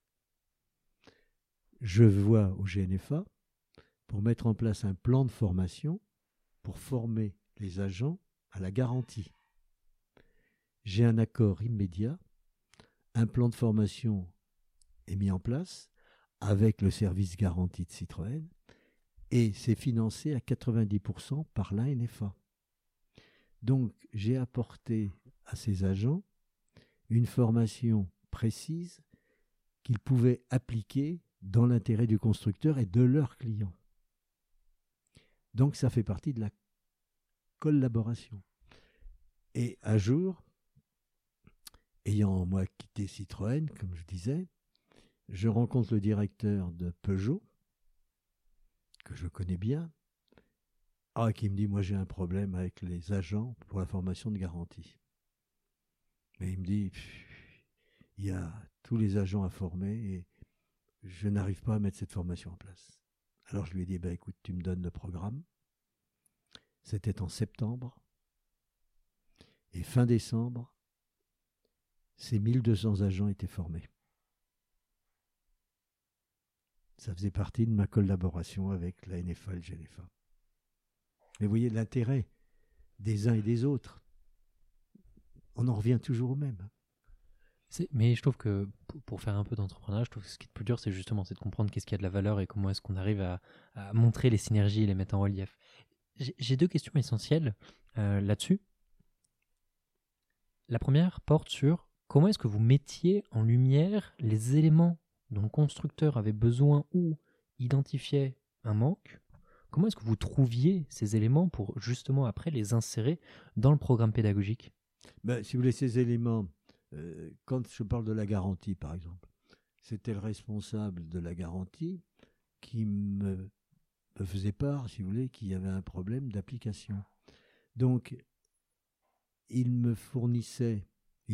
Je vois au GNFA pour mettre en place un plan de formation pour former les agents à la garantie. J'ai un accord immédiat, un plan de formation est mis en place avec le service garantie de Citroën et c'est financé à 90% par l'ANFA. Donc j'ai apporté à ces agents une formation précise qu'ils pouvaient appliquer dans l'intérêt du constructeur et de leurs clients. Donc ça fait partie de la collaboration. Et un jour, ayant moi quitté Citroën, comme je disais, je rencontre le directeur de Peugeot, que je connais bien, qui me dit, moi j'ai un problème avec les agents pour la formation de garantie. Mais il me dit, il y a tous les agents à former et je n'arrive pas à mettre cette formation en place. Alors je lui ai dit, écoute, tu me donnes le programme. C'était en septembre. Et fin décembre, ces 1200 agents étaient formés. Ça faisait partie de ma collaboration avec la NFA et le GNFA. Mais vous voyez l'intérêt des uns et des autres. On en revient toujours au même. Mais je trouve que pour faire un peu d'entrepreneuriat, je trouve que ce qui est le plus dur, c'est justement de comprendre qu'est-ce qu'il y a de la valeur et comment est-ce qu'on arrive à montrer les synergies et les mettre en relief. J'ai deux questions essentielles là-dessus. La première porte sur comment est-ce que vous mettiez en lumière les éléments dont le constructeur avait besoin ou identifiait un manque. Comment est-ce que vous trouviez ces éléments pour justement après les insérer dans le programme pédagogique? Si vous voulez, ces éléments, quand je parle de la garantie par exemple, c'était le responsable de la garantie qui me faisait part, si vous voulez, qu'il y avait un problème d'application. Donc, il fournissait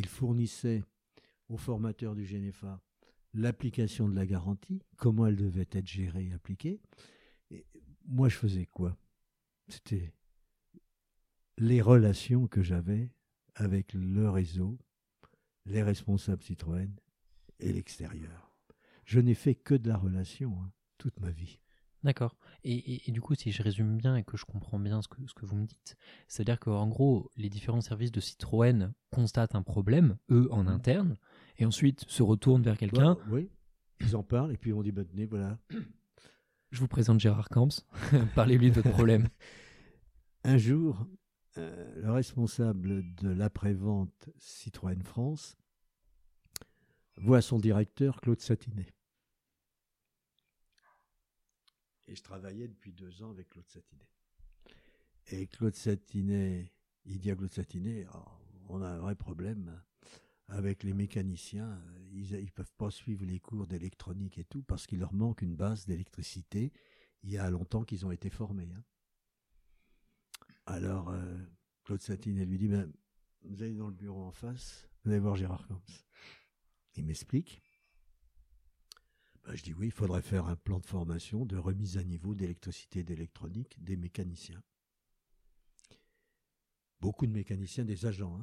au formateur du GNFA l'application de la garantie, comment elle devait être gérée et appliquée. Et moi, je faisais quoi? C'était les relations que j'avais avec le réseau, les responsables Citroën et l'extérieur. Je n'ai fait que de la relation toute ma vie. D'accord. Et du coup, si je résume bien et que je comprends bien ce que vous me dites, c'est-à-dire qu'en gros, les différents services de Citroën constatent un problème, eux, en interne, et ensuite se retournent vers quelqu'un. Oui, ils en parlent et puis on dit, tenez, voilà. Je vous présente Gérard Camps. Parlez-lui de votre problème. Un jour, le responsable de l'après-vente Citroën France voit son directeur, Claude Satinet. Et je travaillais depuis 2 ans avec Claude Satinet. Et Claude Satinet, il dit à Claude Satinet, on a un vrai problème avec les mécaniciens. Ils ne peuvent pas suivre les cours d'électronique et tout parce qu'il leur manque une base d'électricité. Il y a longtemps qu'ils ont été formés. Alors, Claude Satinet lui dit, vous allez dans le bureau en face, vous allez voir Gérard Camps. Il m'explique. Je dis oui, il faudrait faire un plan de formation de remise à niveau d'électricité et d'électronique des mécaniciens. Beaucoup de mécaniciens, des agents.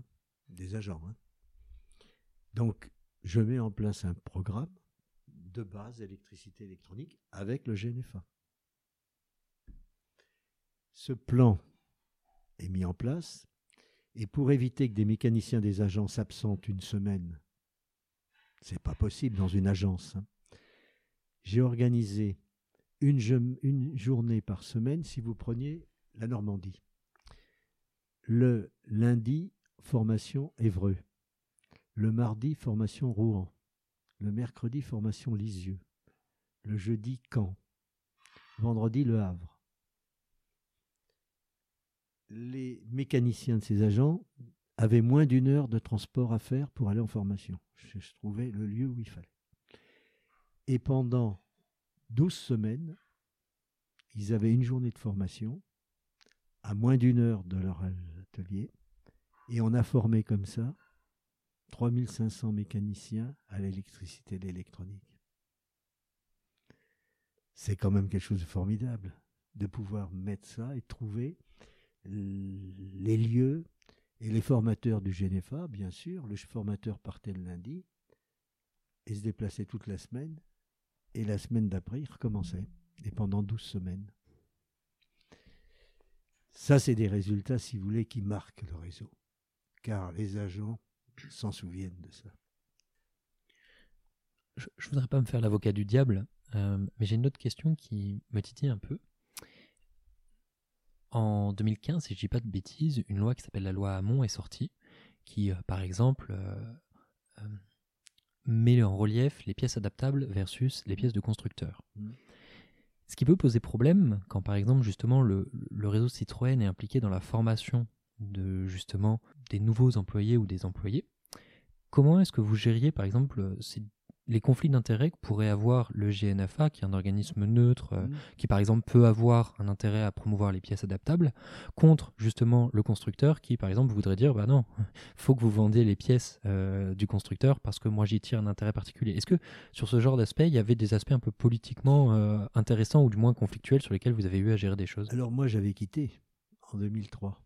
Donc, je mets en place un programme de base électricité électronique avec le GNFA. Ce plan est mis en place et pour éviter que des mécaniciens des agents s'absentent une semaine, c'est pas possible dans une agence, j'ai organisé une journée par semaine si vous preniez la Normandie. Le lundi, formation Évreux. Le mardi, formation Rouen. Le mercredi, formation Lisieux. Le jeudi, Caen. Vendredi, Le Havre. Les mécaniciens de ces agents avaient moins d'1 heure de transport à faire pour aller en formation. Je trouvais le lieu où il fallait. Et pendant 12 semaines, ils avaient une journée de formation à moins d'1 heure de leur atelier. Et on a formé comme ça 3500 mécaniciens à l'électricité et l'électronique. C'est quand même quelque chose de formidable de pouvoir mettre ça et trouver les lieux et les formateurs du GNFA, bien sûr. Le formateur partait le lundi et se déplaçait toute la semaine. Et la semaine d'après, il recommençait. Et pendant 12 semaines. Ça, c'est des résultats, si vous voulez, qui marquent le réseau. Car les agents s'en souviennent de ça. Je ne voudrais pas me faire l'avocat du diable, mais j'ai une autre question qui me titille un peu. En 2015, si je ne dis pas de bêtises, une loi qui s'appelle la loi Hamon est sortie, qui, par exemple, met en relief les pièces adaptables versus les pièces de constructeur. Ce qui peut poser problème quand, par exemple, justement, le réseau Citroën est impliqué dans la formation de, justement, des nouveaux employés ou des employés. Comment est-ce que vous gériez, par exemple, les conflits d'intérêts que pourrait avoir le GNFA, qui est un organisme neutre, qui par exemple peut avoir un intérêt à promouvoir les pièces adaptables, contre justement le constructeur qui par exemple voudrait dire non, faut que vous vendiez les pièces du constructeur parce que moi j'y tire un intérêt particulier. Est-ce que sur ce genre d'aspect, il y avait des aspects un peu politiquement intéressants ou du moins conflictuels sur lesquels vous avez eu à gérer des choses? Alors moi j'avais quitté en 2003.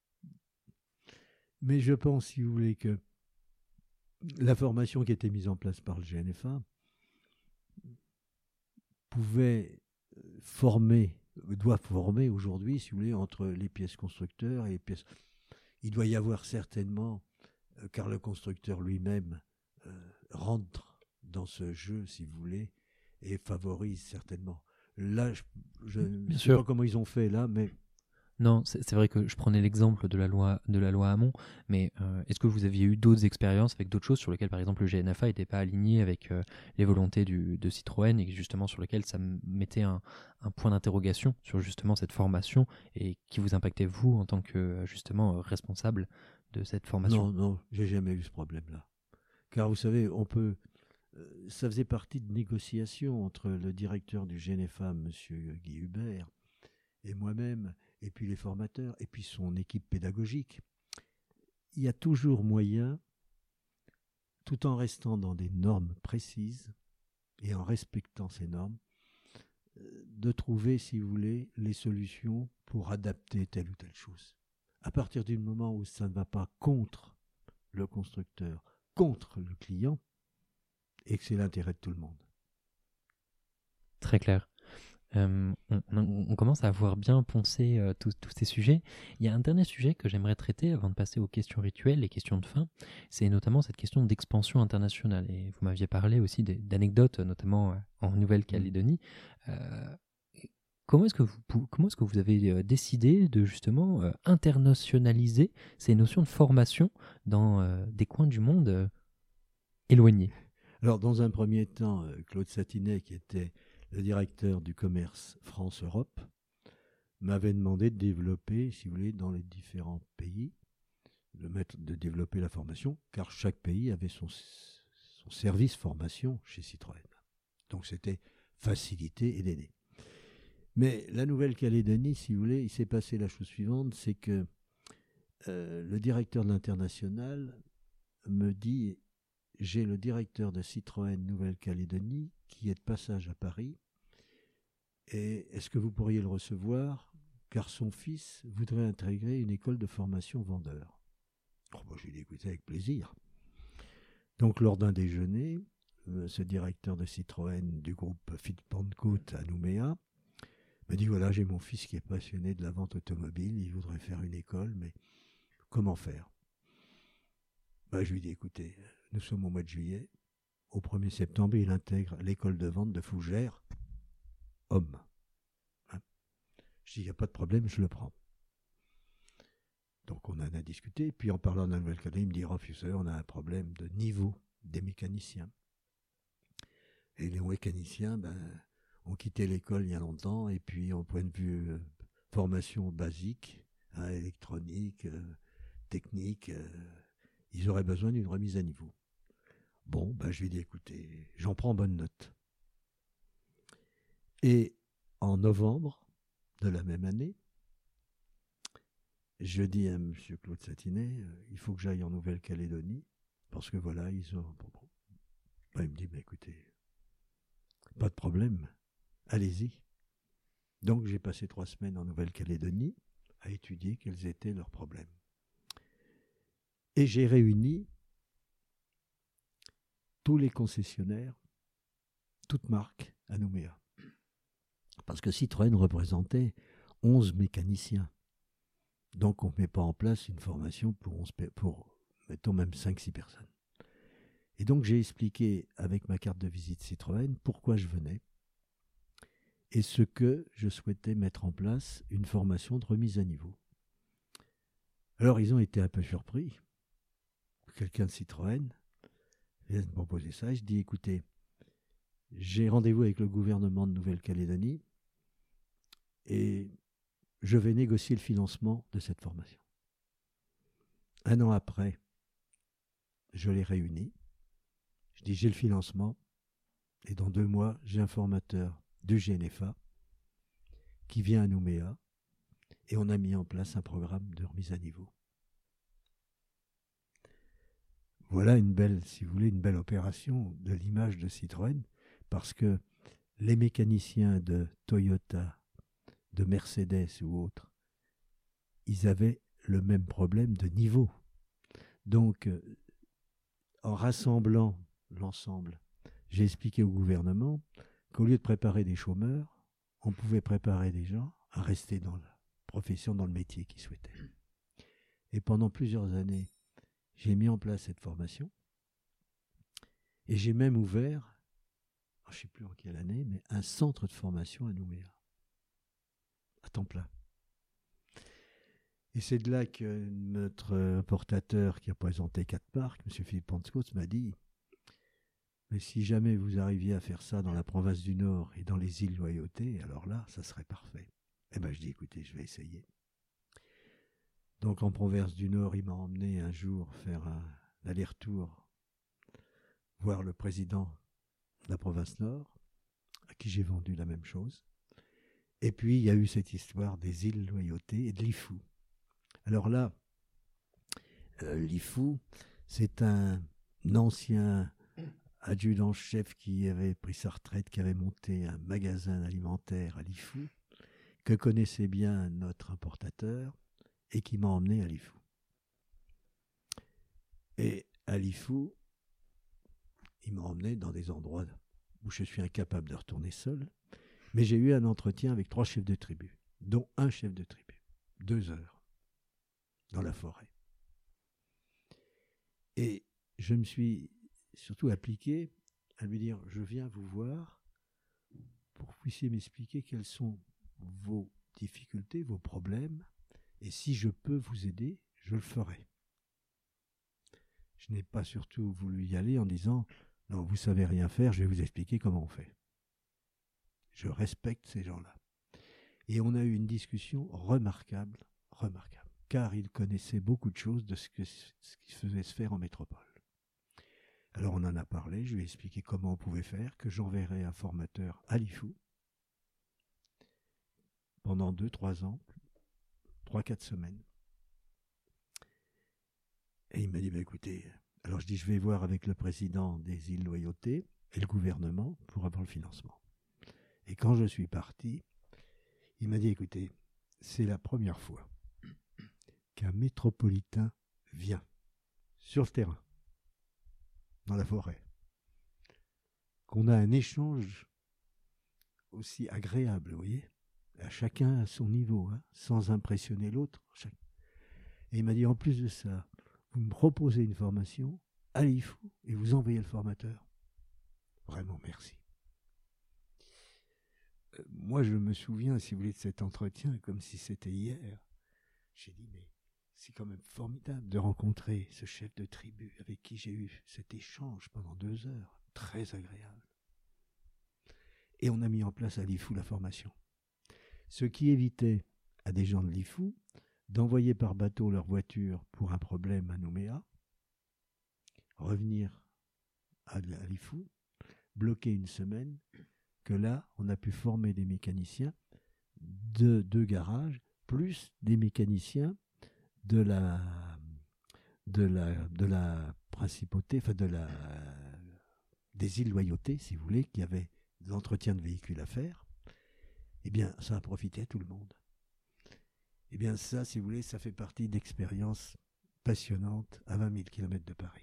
Mais je pense, si vous voulez, que la formation qui était mise en place par le GNFA doit former aujourd'hui, si vous voulez, entre les pièces constructeurs et les pièces. Il doit y avoir certainement, car le constructeur lui-même rentre dans ce jeu, si vous voulez, et favorise certainement. Là, je ne sais pas comment ils ont fait là, mais. Non, c'est vrai que je prenais l'exemple de la loi Hamon, mais est-ce que vous aviez eu d'autres expériences avec d'autres choses sur lesquelles, par exemple, le GNFA n'était pas aligné avec les volontés de Citroën et justement sur lesquelles ça mettait un point d'interrogation sur justement cette formation et qui vous impactait vous en tant que justement responsable de cette formation? Non, j'ai jamais eu ce problème-là. Car vous savez, on peut Ça faisait partie de négociations entre le directeur du GNFA, M. Guy Hubert, et moi-même, et puis les formateurs, et puis son équipe pédagogique. Il y a toujours moyen, tout en restant dans des normes précises et en respectant ces normes, de trouver, si vous voulez, les solutions pour adapter telle ou telle chose. À partir du moment où ça ne va pas contre le constructeur, contre le client, et que c'est l'intérêt de tout le monde. Très clair. On commence à avoir bien poncé tous ces sujets. Il y a un dernier sujet que j'aimerais traiter avant de passer aux questions rituelles, les questions de fin. C'est notamment cette question d'expansion internationale. Et vous m'aviez parlé aussi d'anecdotes, notamment en Nouvelle-Calédonie. Comment est-ce que vous avez décidé de justement internationaliser ces notions de formation dans des coins du monde éloignés? Alors, dans un premier temps, Claude Satinet, qui était le directeur du commerce France-Europe, m'avait demandé de développer, si vous voulez, dans les différents pays, de développer la formation, car chaque pays avait son service formation chez Citroën. Donc, c'était faciliter et d'aider. Mais la Nouvelle-Calédonie, si vous voulez, il s'est passé la chose suivante, c'est que le directeur de l'international me dit: j'ai le directeur de Citroën Nouvelle-Calédonie qui est de passage à Paris, et est-ce que vous pourriez le recevoir, car son fils voudrait intégrer une école de formation vendeur. Je lui ai dit: écoutez, avec plaisir. Donc lors d'un déjeuner, ce directeur de Citroën du groupe Fit-Pentecôte à Nouméa me dit: voilà, j'ai mon fils qui est passionné de la vente automobile, il voudrait faire une école, mais comment faire? Je lui ai dit: écoutez, nous sommes au mois de juillet, au 1er septembre, il intègre l'école de vente de Fougères, homme. Je dis: il n'y a pas de problème, je le prends. Donc on en a discuté, puis en parlant de la Nouvelle-Calédonie, il me dit: vous savez, on a un problème de niveau des mécaniciens. Et les mécaniciens, ont quitté l'école il y a longtemps, et puis au point de vue formation basique, électronique, technique, ils auraient besoin d'une remise à niveau. Bon, je lui ai dit: écoutez, j'en prends bonne note. Et en novembre de la même année, je dis à M. Claude Satinet: il faut que j'aille en Nouvelle-Calédonie, parce que voilà, ils ont... il me dit: écoutez, pas de problème, allez-y. Donc j'ai passé 3 semaines en Nouvelle-Calédonie à étudier quels étaient leurs problèmes. Et j'ai réuni tous les concessionnaires, toutes marques à Nouméa. Parce que Citroën représentait 11 mécaniciens. Donc on ne met pas en place une formation pour mettons même 5-6 personnes. Et donc j'ai expliqué avec ma carte de visite Citroën pourquoi je venais et ce que je souhaitais mettre en place, une formation de remise à niveau. Alors ils ont été un peu surpris. Quelqu'un de Citroën vient de me proposer ça, et je dis: écoutez, j'ai rendez-vous avec le gouvernement de Nouvelle-Calédonie et je vais négocier le financement de cette formation. 1 an après, je les réunis. Je dis: j'ai le financement, et dans 2 mois, j'ai un formateur du GNFA qui vient à Nouméa, et on a mis en place un programme de remise à niveau. Voilà une belle, si vous voulez, une belle opération de l'image de Citroën, parce que les mécaniciens de Toyota, de Mercedes ou autres, ils avaient le même problème de niveau. Donc, en rassemblant l'ensemble, j'ai expliqué au gouvernement qu'au lieu de préparer des chômeurs, on pouvait préparer des gens à rester dans la profession, dans le métier qu'ils souhaitaient. Et pendant plusieurs années, j'ai mis en place cette formation, et j'ai même ouvert, je ne sais plus en quelle année, mais un centre de formation à Nouméa, à temps plein. Et c'est de là que notre importateur qui a présenté 4 marques, M. Philippe Pentecôte, m'a dit: mais si jamais vous arriviez à faire ça dans la province du Nord et dans les îles Loyauté, alors là, ça serait parfait. Je dis: écoutez, je vais essayer. Donc en province du Nord, il m'a emmené un jour faire un aller-retour, voir le président la province Nord, à qui j'ai vendu la même chose. Et puis, il y a eu cette histoire des îles Loyauté et de Lifou. Alors là, Lifou, c'est un ancien adjudant-chef qui avait pris sa retraite, qui avait monté un magasin alimentaire à Lifou, que connaissait bien notre importateur et qui m'a emmené à Lifou. Et à Lifou, il m'a emmené dans des endroits où je suis incapable de retourner seul, mais j'ai eu un entretien avec 3 chefs de tribu, dont un chef de tribu, 2 heures, dans la forêt. Et je me suis surtout appliqué à lui dire, je viens vous voir pour que vous puissiez m'expliquer quelles sont vos difficultés, vos problèmes, et si je peux vous aider, je le ferai. Je n'ai pas surtout voulu y aller en disant, non, vous savez rien faire, je vais vous expliquer comment on fait. Je respecte ces gens-là. Et on a eu une discussion remarquable, car il connaissait beaucoup de choses de ce qui faisait se faire en métropole. Alors on en a parlé, je lui ai expliqué comment on pouvait faire, que j'enverrais un formateur à Lifou pendant 2-3 ans, 3-4 semaines. Et il m'a dit, écoutez, alors je dis, je vais voir avec le président des îles Loyauté et le gouvernement pour avoir le financement. Et quand je suis parti, il m'a dit, écoutez, c'est la première fois qu'un métropolitain vient sur le terrain, dans la forêt, qu'on a un échange aussi agréable, vous voyez, à chacun à son niveau, hein, sans impressionner l'autre. Et il m'a dit, en plus de ça, vous me proposez une formation à Lifou et vous envoyez le formateur. Vraiment, merci. Moi, je me souviens, si vous voulez, de cet entretien comme si c'était hier. J'ai dit, mais c'est quand même formidable de rencontrer ce chef de tribu avec qui j'ai eu cet échange pendant 2 heures, très agréable. Et on a mis en place à Lifou la formation. Ce qui évitait à des gens de Lifou d'envoyer par bateau leur voiture pour un problème à Nouméa, revenir à Lifou, bloquer une semaine, que là, on a pu former des mécaniciens de 2 garages, plus des mécaniciens de la principauté, enfin des îles Loyauté, si vous voulez, qui avaient de l'entretien de véhicules à faire. Eh bien, ça a profité à tout le monde. Eh bien, ça, si vous voulez, ça fait partie d'expériences passionnantes à 20 000 km de Paris.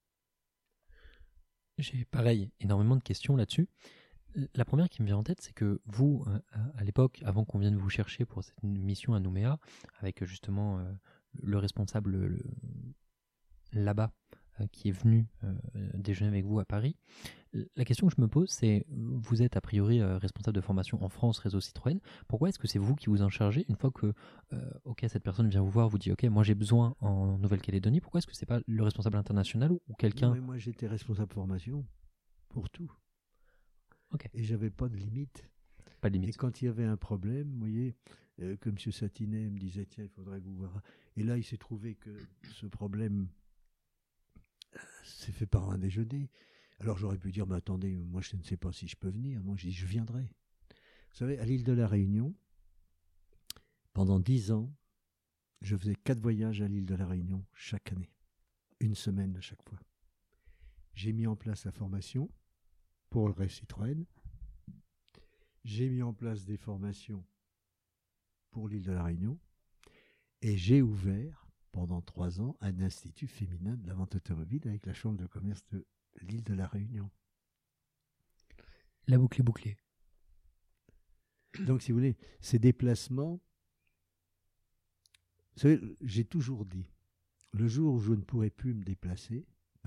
J'ai, pareil, énormément de questions là-dessus. La première qui me vient en tête, c'est que vous, à l'époque, avant qu'on vienne vous chercher pour cette mission à Nouméa, avec justement le responsable là-bas qui est venu déjeuner avec vous à Paris, la question que je me pose, c'est, vous êtes a priori responsable de formation en France Réseau Citroën, pourquoi est-ce que c'est vous qui vous en chargez une fois que ok, cette personne vient vous voir, vous dit ok, moi j'ai besoin en Nouvelle-Calédonie, pourquoi est-ce que c'est pas le responsable international ou quelqu'un? Non, mais moi j'étais responsable formation pour tout. Okay. Et j'avais pas de limite. Pas de limite. Et quand il y avait un problème, vous voyez, que M. Satinet me disait, tiens, il faudrait que vous voyez. Et là, il s'est trouvé que ce problème s'est fait par un déjeuner. Alors j'aurais pu dire, mais attendez, moi je ne sais pas si je peux venir. Moi je dis, je viendrai. Vous savez, à l'île de la Réunion, pendant 10 ans, je faisais 4 voyages à l'île de la Réunion chaque année. 1 semaine à chaque fois. J'ai mis en place la formation pour le Réseau Citroën. J'ai mis en place des formations pour l'île de la Réunion. Et j'ai ouvert, pendant 3 ans, un institut féminin de la vente automobile avec la chambre de commerce de l'île de la Réunion. La boucle est bouclée. Donc, si vous voulez, ces déplacements, vous savez, j'ai toujours dit, le jour où je ne pourrai plus me déplacer,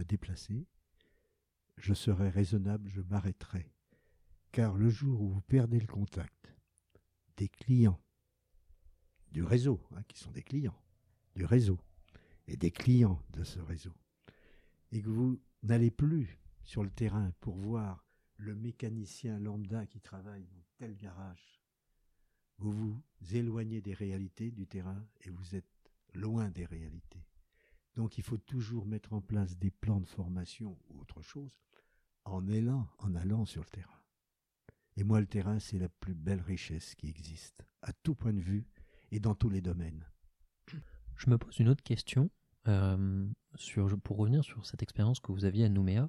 je serai raisonnable, je m'arrêterai. Car le jour où vous perdez le contact des clients du réseau, qui sont des clients du réseau, et des clients de ce réseau, et que vous n'allez plus sur le terrain pour voir le mécanicien lambda qui travaille dans tel garage, vous vous éloignez des réalités du terrain et vous êtes loin des réalités. Donc il faut toujours mettre en place des plans de formation ou autre chose en allant sur le terrain. Et moi, le terrain, c'est la plus belle richesse qui existe, à tout point de vue et dans tous les domaines. Je me pose une autre question pour revenir sur cette expérience que vous aviez à Nouméa.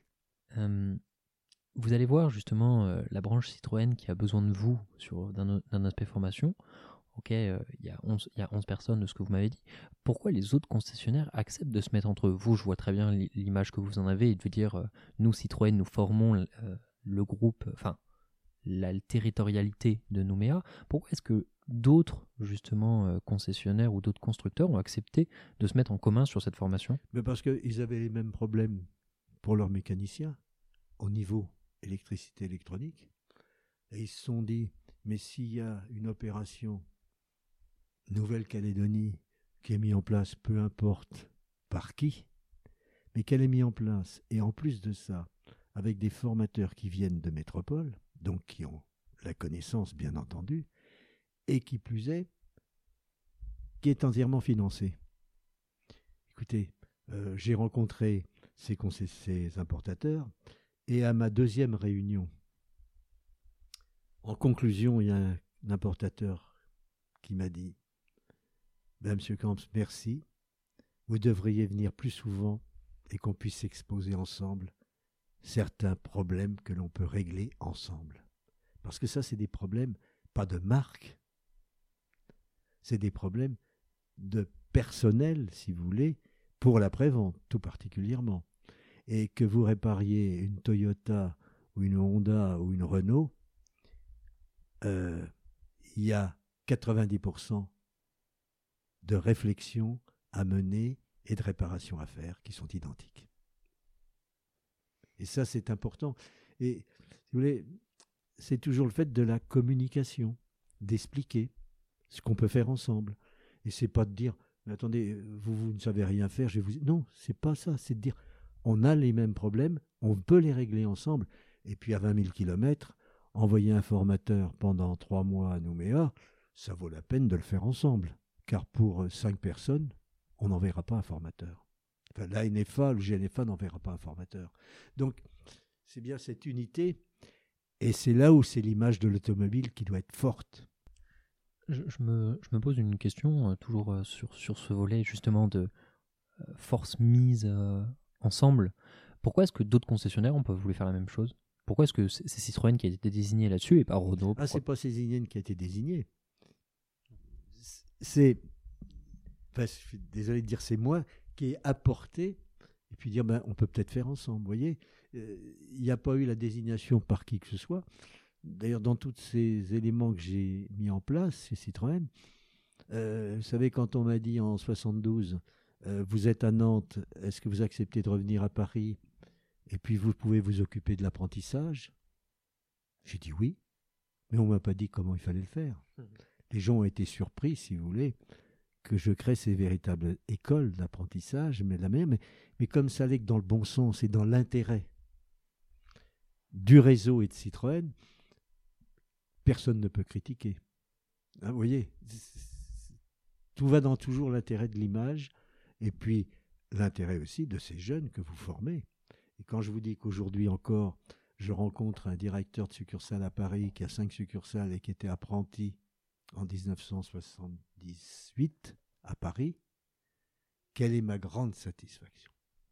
Vous allez voir justement la branche Citroën qui a besoin de vous d'un aspect formation. Ok, il y a 11 personnes de ce que vous m'avez dit. Pourquoi les autres concessionnaires acceptent de se mettre entre eux? Vous, je vois très bien l'image que vous en avez et de dire nous, Citroën, nous formons le groupe, enfin la territorialité de Nouméa. Pourquoi est-ce que d'autres justement concessionnaires ou d'autres constructeurs ont accepté de se mettre en commun sur cette formation? Mais parce qu'ils avaient les mêmes problèmes pour leurs mécaniciens au niveau électricité électronique. Et ils se sont dit, mais s'il y a une opération Nouvelle-Calédonie qui est mise en place, peu importe par qui, mais qu'elle est mise en place, et en plus de ça, avec des formateurs qui viennent de métropole, donc qui ont la connaissance bien entendu, et qui plus est, qui est entièrement financée. Écoutez, j'ai rencontré ces importateurs, et à ma deuxième réunion, en conclusion, il y a un importateur qui m'a dit « Ben, Monsieur Camps, merci, vous devriez venir plus souvent et qu'on puisse s'exposer ensemble certains problèmes que l'on peut régler ensemble. » Parce que ça, c'est des problèmes, pas de marque, c'est des problèmes de personnel, si vous voulez, pour l'après-vente, tout particulièrement. Et que vous répariez une Toyota ou une Honda ou une Renault, il y a 90% de réflexion à mener et de réparation à faire qui sont identiques. Et ça, c'est important. Et si vous voulez, c'est toujours le fait de la communication, d'expliquer ce qu'on peut faire ensemble. Et c'est pas de dire, mais attendez, vous ne savez rien faire, je vais vous... Non, c'est pas ça, c'est de dire, on a les mêmes problèmes, on peut les régler ensemble. Et puis à 20 000 km, envoyer un formateur pendant 3 mois à Nouméa, ça vaut la peine de le faire ensemble. Car pour 5 personnes, on n'enverra pas un formateur. Enfin, la NFA, le GNFA n'enverra pas un formateur. Donc, c'est bien cette unité, et c'est là où c'est l'image de l'automobile qui doit être forte. Je me pose une question toujours sur ce volet justement de force mise ensemble. Pourquoi est-ce que d'autres concessionnaires ont pas voulu faire la même chose? Pourquoi est-ce que c'est Citroën qui a été désigné là-dessus et pas Renault? Ah, c'est pas Citroën qui a été désigné. C'est, enfin, je suis désolé de dire c'est moi qui ai apporté et puis dire ben on peut peut-être faire ensemble. Vous voyez, il n'y a pas eu la désignation par qui que ce soit. D'ailleurs, dans tous ces éléments que j'ai mis en place chez Citroën, vous savez, quand on m'a dit en 72, vous êtes à Nantes, est-ce que vous acceptez de revenir à Paris et puis vous pouvez vous occuper de l'apprentissage? J'ai dit oui, mais on ne m'a pas dit comment il fallait le faire. Les gens ont été surpris, si vous voulez, que je crée ces véritables écoles d'apprentissage, mais comme ça allait que dans le bon sens et dans l'intérêt du réseau et de Citroën, personne ne peut critiquer. Hein, vous voyez, tout va dans toujours l'intérêt de l'image et puis l'intérêt aussi de ces jeunes que vous formez. Et quand je vous dis qu'aujourd'hui encore, je rencontre un directeur de succursale à Paris qui a 5 succursales et qui était apprenti en 1978 à Paris, quelle est ma grande satisfaction.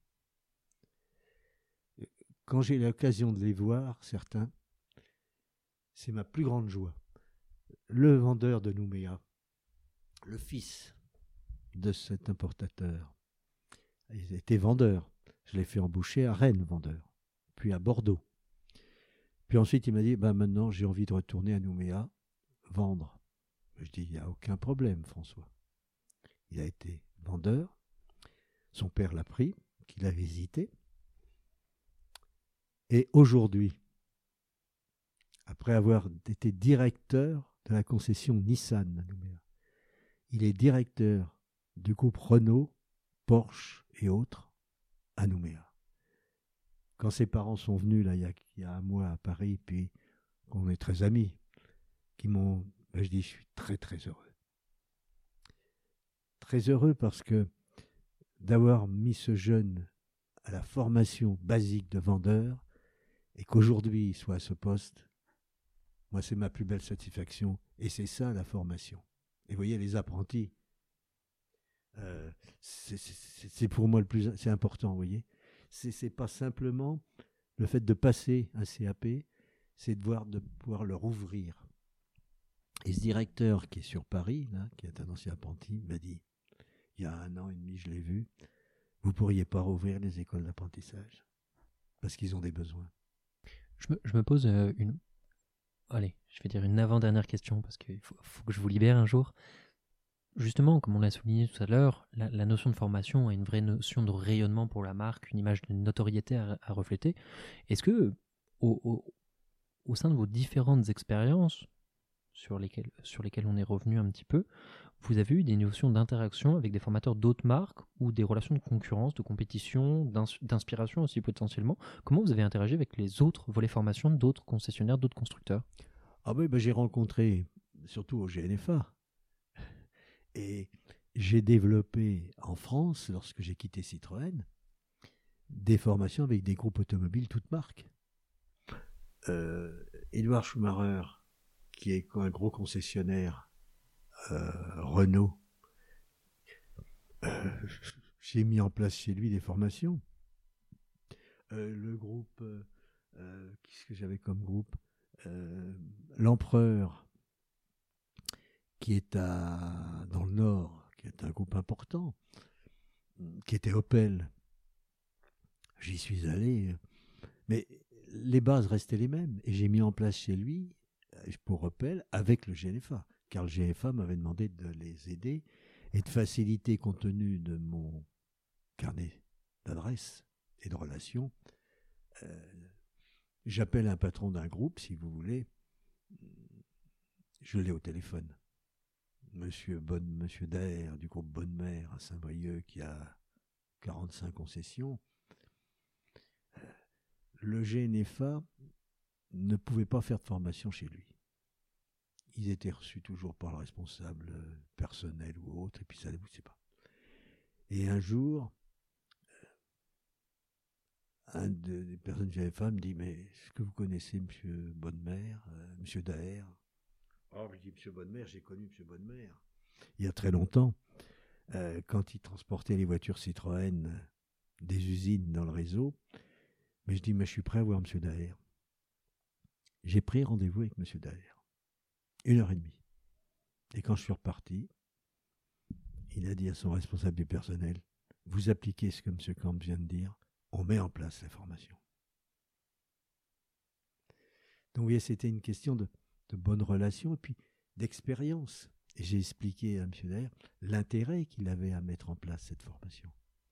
Quand j'ai l'occasion de les voir, certains, c'est ma plus grande joie. Le vendeur de Nouméa, le fils de cet importateur, il était vendeur. Je l'ai fait embaucher à Rennes, vendeur, puis à Bordeaux. Puis ensuite, il m'a dit, maintenant, j'ai envie de retourner à Nouméa, vendre. Je dis, il n'y a aucun problème, François. Il a été vendeur. Son père l'a pris, qu'il a hésité. Et aujourd'hui, après avoir été directeur de la concession Nissan à Nouméa, il est directeur du groupe Renault, Porsche et autres à Nouméa. Quand ses parents sont venus, là, il y a un mois à Paris, puis qu'on est très amis, qui m'ont... je dis, je suis très très heureux. Très heureux parce que d'avoir mis ce jeune à la formation basique de vendeur, et qu'aujourd'hui il soit à ce poste, moi c'est ma plus belle satisfaction, et c'est ça la formation. Et vous voyez, les apprentis, c'est pour moi c'est important, vous voyez. C'est pas simplement le fait de passer un CAP, c'est de pouvoir leur ouvrir. Et ce directeur qui est sur Paris, là, qui est un ancien apprenti, m'a dit, il y a 1 an et demi, je l'ai vu, vous pourriez pas rouvrir les écoles d'apprentissage parce qu'ils ont des besoins. Je me pose allez, je vais dire une avant-dernière question parce qu'il faut que je vous libère un jour. Justement, comme on l'a souligné tout à l'heure, la notion de formation a une vraie notion de rayonnement pour la marque, une image de notoriété à refléter. Est-ce que, au sein de vos différentes expériences, sur lesquelles on est revenu un petit peu, vous avez eu des notions d'interaction avec des formateurs d'autres marques ou des relations de concurrence, de compétition, d'inspiration aussi potentiellement? Comment vous avez interagi avec les autres volets formation d'autres concessionnaires, d'autres constructeurs? Ah oui, ben j'ai rencontré, surtout au GNFA, et j'ai développé en France, lorsque j'ai quitté Citroën, des formations avec des groupes automobiles toutes marques. Édouard Schumacher, qui est un gros concessionnaire Renault, j'ai mis en place chez lui des formations. Le groupe, qu'est-ce que j'avais comme groupe, l'Empereur, qui est dans le Nord, qui est un groupe important, qui était Opel. J'y suis allé, mais les bases restaient les mêmes. Et j'ai mis en place chez lui, pour Opel, avec le GNFA. Car le GNFA m'avait demandé de les aider et de faciliter, compte tenu de mon carnet d'adresses et de relations. J'appelle un patron d'un groupe, si vous voulez. Je l'ai au téléphone. Monsieur Daher, du groupe Bonne-Mère à Saint-Brieuc, qui a 45 concessions. Le GNFA ne pouvait pas faire de formation chez lui. Ils étaient reçus toujours par le responsable personnel ou autre, et puis ça ne déboussait pas. Et un jour, un des personnes du GNFA me dit, mais est-ce que vous connaissez Monsieur Bonne-Mère, Monsieur Daher? Alors je dis, Monsieur Bonne-Mère, j'ai connu Monsieur Bonne-Mère il y a très longtemps, quand il transportait les voitures Citroën des usines dans le réseau. Mais je dis, mais je suis prêt à voir M. Daher. J'ai pris rendez-vous avec M. Daher. 1h30. Et quand je suis reparti, il a dit à son responsable du personnel, vous appliquez ce que M. Camp vient de dire, on met en place la formation. Donc vous voyez, c'était une question de bonne relation et puis d'expérience. Et j'ai expliqué à M. Daher l'intérêt qu'il avait à mettre en place cette formation.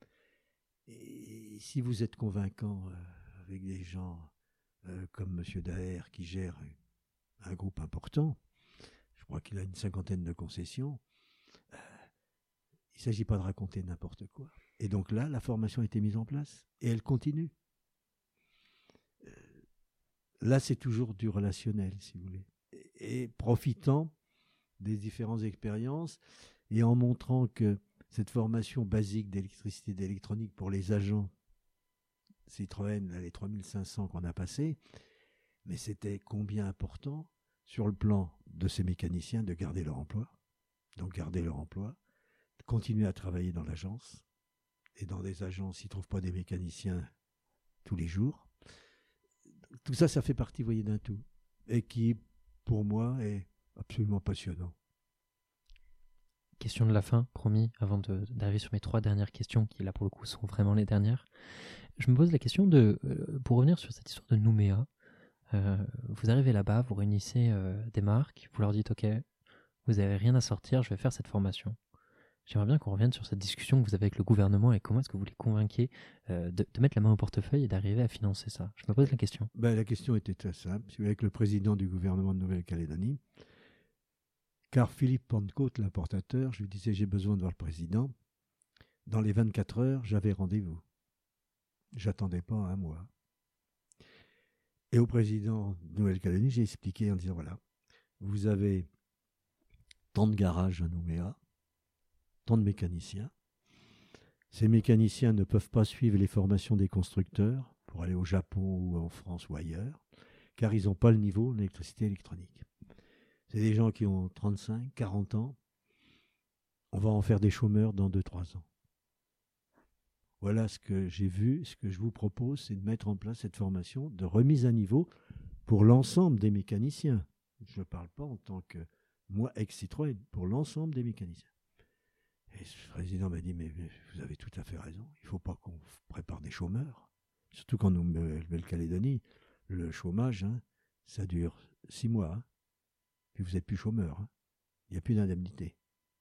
Et si vous êtes convaincant avec des gens comme M. Daher qui gère un groupe important, je crois qu'il a une 50aine de concessions, il ne s'agit pas de raconter n'importe quoi. Et donc là, la formation a été mise en place et elle continue. Là, c'est toujours du relationnel, si vous voulez. Et profitant des différentes expériences et en montrant que cette formation basique d'électricité et d'électronique pour les agents Citroën, là, les 3500 qu'on a passés, mais c'était combien important sur le plan de ces mécaniciens de garder leur emploi. Donc garder leur emploi, de continuer à travailler dans l'agence, et dans des agences, ils ne trouvent pas des mécaniciens tous les jours. Tout ça, ça fait partie, vous voyez, d'un tout. Et qui, pour moi, est absolument passionnant. Question de la fin, promis, avant d'arriver sur mes 3 dernières questions, qui là pour le coup sont vraiment les dernières. Je me pose la question pour revenir sur cette histoire de Nouméa, vous arrivez là-bas, vous réunissez des marques, vous leur dites ok, vous n'avez rien à sortir, je vais faire cette formation. J'aimerais bien qu'on revienne sur cette discussion que vous avez avec le gouvernement et comment est-ce que vous les convainquiez de mettre la main au portefeuille et d'arriver à financer ça. Je me pose la question. La question était très simple. C'est avec le président du gouvernement de Nouvelle-Calédonie, car Philippe Pentecôte, l'importateur, je lui disais j'ai besoin de voir le président. Dans les 24 heures, j'avais rendez-vous. J'attendais pas 1 mois. Et au président de Nouvelle-Calédonie, j'ai expliqué en disant voilà, vous avez tant de garages à Nouméa, tant de mécaniciens. Ces mécaniciens ne peuvent pas suivre les formations des constructeurs pour aller au Japon ou en France ou ailleurs, car ils n'ont pas le niveau d'électricité électronique. C'est des gens qui ont 35, 40 ans. On va en faire des chômeurs dans 2-3 ans. Voilà ce que j'ai vu. Ce que je vous propose, c'est de mettre en place cette formation de remise à niveau pour l'ensemble des mécaniciens. Je ne parle pas en tant que moi, ex-Citroën, pour l'ensemble des mécaniciens. Et ce président m'a dit, mais vous avez tout à fait raison, il ne faut pas qu'on prépare des chômeurs. Surtout quand nous, Nouvelle-Calédonie, le chômage, ça dure 6 mois. Puis vous n'êtes plus chômeur. Il n'y a plus d'indemnité.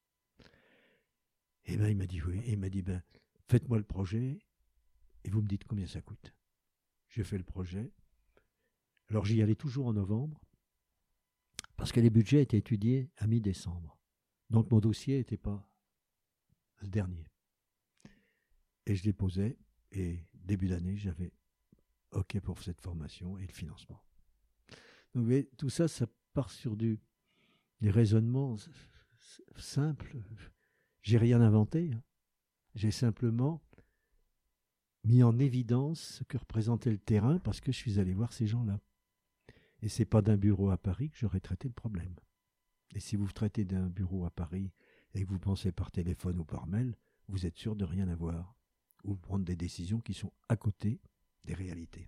Et ben il m'a dit oui. Et il m'a dit, faites-moi le projet et vous me dites combien ça coûte. J'ai fait le projet. Alors j'y allais toujours en novembre parce que les budgets étaient étudiés à mi-décembre. Donc mon dossier n'était pas le dernier. Et je déposais et début d'année, j'avais OK pour cette formation et le financement. Donc vous voyez, tout ça, ça part sur des raisonnements simples. J'ai rien inventé. J'ai simplement mis en évidence ce que représentait le terrain parce que je suis allé voir ces gens-là. Et c'est pas d'un bureau à Paris que j'aurais traité le problème. Et si vous traitez d'un bureau à Paris et que vous pensez par téléphone ou par mail, vous êtes sûr de rien avoir ou prendre des décisions qui sont à côté des réalités.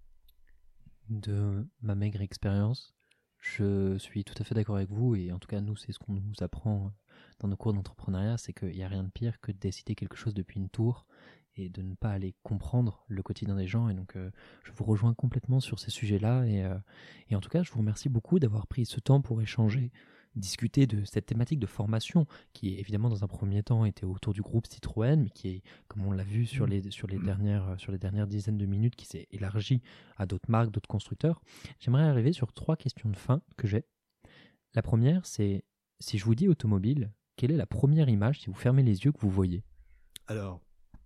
De ma maigre expérience, je suis tout à fait d'accord avec vous, et en tout cas nous c'est ce qu'on nous apprend dans nos cours d'entrepreneuriat, c'est qu'il n'y a rien de pire que de décider quelque chose depuis une tour et de ne pas aller comprendre le quotidien des gens. Et donc je vous rejoins complètement sur ces sujets-là, et en tout cas je vous remercie beaucoup d'avoir pris ce temps pour échanger, discuter de cette thématique de formation qui évidemment dans un premier temps était autour du groupe Citroën, mais qui est, comme on l'a vu sur les dernières dizaines de minutes, qui s'est élargi à d'autres marques, d'autres constructeurs. J'aimerais arriver sur 3 questions de fin que j'ai. La première, c'est si je vous dis automobile, quelle est la première image, si vous fermez les yeux, que vous voyez? Alors,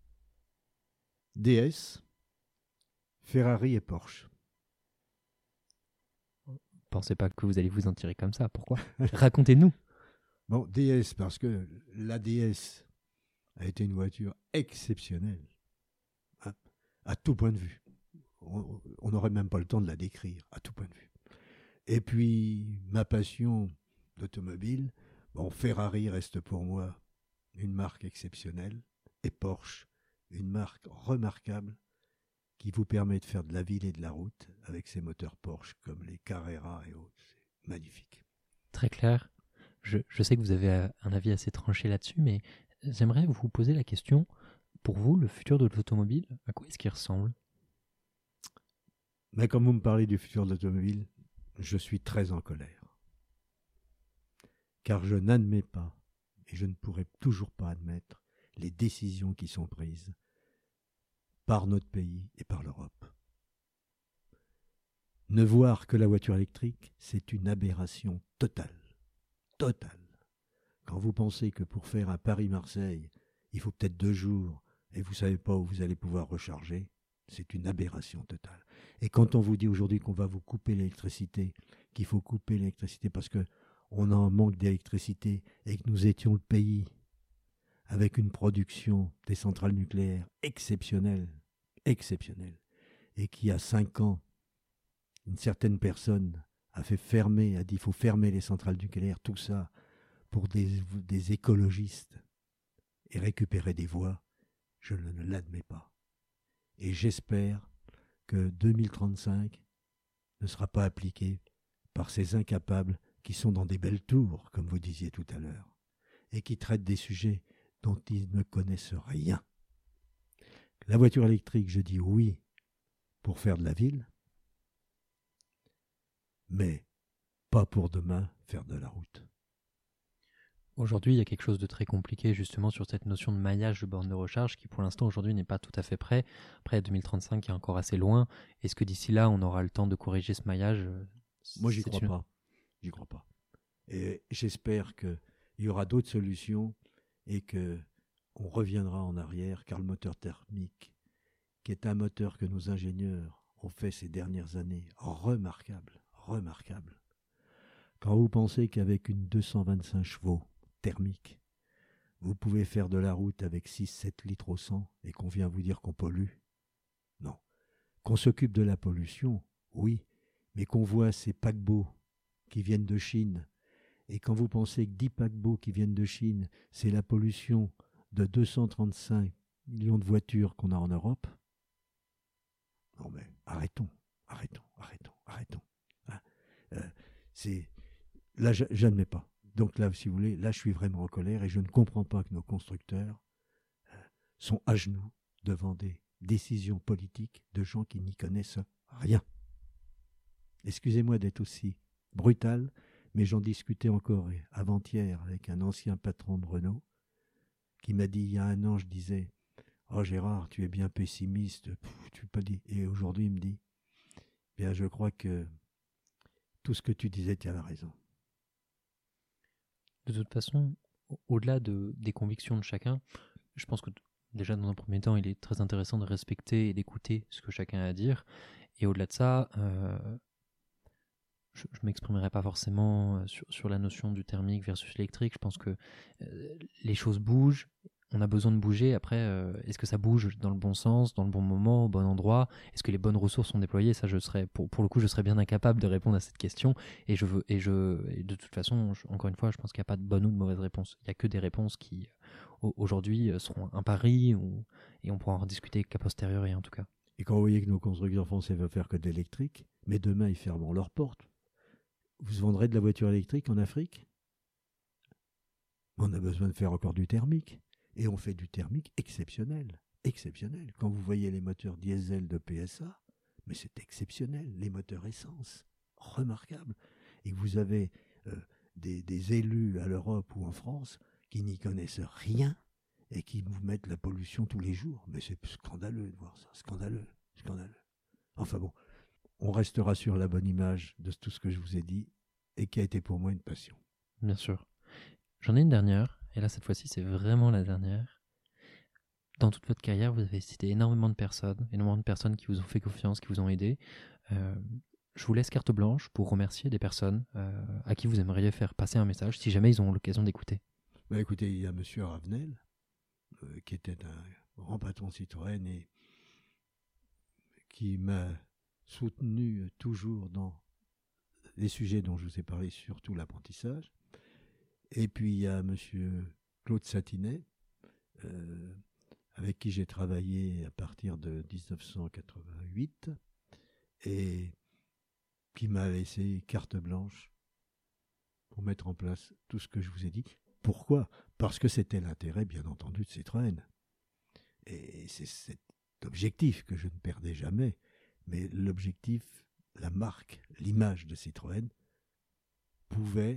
DS, Ferrari et Porsche. Pensez pas que vous allez vous en tirer comme ça. Pourquoi? Racontez-nous. Bon, DS, parce que la DS a été une voiture exceptionnelle, à tout point de vue. On n'aurait même pas le temps de la décrire, à tout point de vue. Et puis, ma passion d'automobile, bon, Ferrari reste pour moi une marque exceptionnelle, et Porsche, une marque remarquable, qui vous permet de faire de la ville et de la route avec ses moteurs Porsche comme les Carrera et autres. C'est magnifique. Très clair. Je sais que vous avez un avis assez tranché là-dessus, mais j'aimerais vous poser la question, pour vous, le futur de l'automobile, à quoi est-ce qu'il ressemble? Mais quand vous me parlez du futur de l'automobile, je suis très en colère. Car je n'admets pas, et je ne pourrai toujours pas admettre, les décisions qui sont prises par notre pays et par l'Europe. Ne voir que la voiture électrique, c'est une aberration totale. Totale. Quand vous pensez que pour faire un Paris-Marseille, il faut peut-être 2 jours et vous ne savez pas où vous allez pouvoir recharger, c'est une aberration totale. Et quand on vous dit aujourd'hui qu'on va vous couper l'électricité, qu'il faut couper l'électricité parce qu'on a un manque d'électricité et que nous étions le pays avec une production des centrales nucléaires exceptionnelle, et qui, à 5 ans, une certaine personne a dit il faut fermer les centrales nucléaires, tout ça, pour des écologistes, et récupérer des voix, je ne l'admets pas. Et j'espère que 2035 ne sera pas appliqué par ces incapables qui sont dans des belles tours, comme vous disiez tout à l'heure, et qui traitent des sujets dont ils ne connaissent rien. La voiture électrique, je dis oui pour faire de la ville, mais pas pour demain faire de la route. Aujourd'hui, il y a quelque chose de très compliqué justement sur cette notion de maillage de bornes de recharge qui pour l'instant aujourd'hui n'est pas tout à fait prêt. Après 2035 qui est encore assez loin. Est-ce que d'ici là on aura le temps de corriger ce maillage? Moi j'y crois pas. J'y crois pas. Et j'espère qu'il y aura d'autres solutions et qu'on reviendra en arrière, car le moteur thermique, qui est un moteur que nos ingénieurs ont fait ces dernières années, remarquable. Quand vous pensez qu'avec une 225 chevaux thermique, vous pouvez faire de la route avec 6-7 litres au 100 et qu'on vient vous dire qu'on pollue, non. Qu'on s'occupe de la pollution, oui, mais qu'on voit ces paquebots qui viennent de Chine, et quand vous pensez que 10 paquebots qui viennent de Chine, c'est la pollution de 235 millions de voitures qu'on a en Europe, non mais arrêtons. Hein, là, j'admets pas. Donc là, si vous voulez, là, je suis vraiment en colère et je ne comprends pas que nos constructeurs sont à genoux devant des décisions politiques de gens qui n'y connaissent rien. Excusez-moi d'être aussi brutal, mais j'en discutais encore avant-hier avec un ancien patron de Renault qui m'a dit, il y a un an, je disais, « Oh Gérard, tu es bien pessimiste, tu peux dire. » Et aujourd'hui, il me dit, « Bien, je crois que tout ce que tu disais, tu avais raison. » De toute façon, au-delà des convictions de chacun, je pense que déjà dans un premier temps, il est très intéressant de respecter et d'écouter ce que chacun a à dire. Et au-delà de ça, je ne m'exprimerai pas forcément sur la notion du thermique versus électrique. Je pense que les choses bougent. On a besoin de bouger. Après, est-ce que ça bouge dans le bon sens, dans le bon moment, au bon endroit? Est-ce que les bonnes ressources sont déployées? Ça, pour le coup, je serais bien incapable de répondre à cette question. Et de toute façon, encore une fois, je pense qu'il n'y a pas de bonne ou de mauvaise réponse. Il n'y a que des réponses qui, aujourd'hui, seront un pari et on pourra en discuter qu'a posteriori, en tout cas. Et quand vous voyez que nos constructeurs français veulent faire que de l'électrique, mais demain, ils fermeront leurs portes. Vous vendrez de la voiture électrique en Afrique? On a besoin de faire encore du thermique. Et on fait du thermique exceptionnel. Exceptionnel. Quand vous voyez les moteurs diesel de PSA, mais c'est exceptionnel. Les moteurs essence, remarquable. Et que vous avez des élus à l'Europe ou en France qui n'y connaissent rien et qui vous mettent la pollution tous les jours. Mais c'est scandaleux de voir ça. Scandaleux. Enfin bon, on restera sur la bonne image de tout ce que je vous ai dit et qui a été pour moi une passion. Bien sûr. J'en ai une dernière, et là cette fois-ci c'est vraiment la dernière. Dans toute votre carrière, vous avez cité énormément de personnes qui vous ont fait confiance, qui vous ont aidé. Je vous laisse carte blanche pour remercier des personnes à qui vous aimeriez faire passer un message, si jamais ils ont l'occasion d'écouter. Écoutez, il y a M. Ravenel, qui était un grand patron Citroën et qui m'a soutenu toujours dans les sujets dont je vous ai parlé, surtout l'apprentissage. Et puis il y a M. Claude Satinet, avec qui j'ai travaillé à partir de 1988 et qui m'a laissé carte blanche pour mettre en place tout ce que je vous ai dit. Pourquoi ? Parce que c'était l'intérêt, bien entendu, de Citroën. Et c'est cet objectif que je ne perdais jamais. Mais l'objectif, la marque, l'image de Citroën pouvait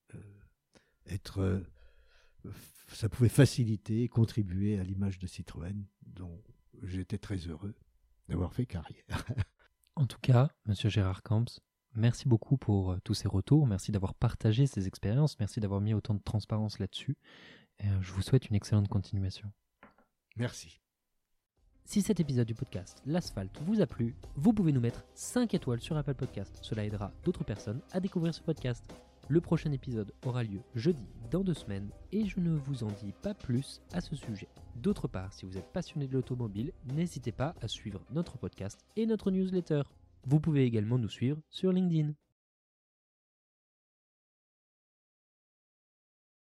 ça pouvait faciliter et contribuer à l'image de Citroën, dont j'étais très heureux d'avoir fait carrière. En tout cas, Monsieur Gérard Camps, merci beaucoup pour tous ces retours, merci d'avoir partagé ces expériences, merci d'avoir mis autant de transparence là-dessus. Et je vous souhaite une excellente continuation. Merci. Si cet épisode du podcast L'Asphalte vous a plu, vous pouvez nous mettre 5 étoiles sur Apple Podcast. Cela aidera d'autres personnes à découvrir ce podcast. Le prochain épisode aura lieu jeudi dans 2 semaines et je ne vous en dis pas plus à ce sujet. D'autre part, si vous êtes passionné de l'automobile, n'hésitez pas à suivre notre podcast et notre newsletter. Vous pouvez également nous suivre sur LinkedIn.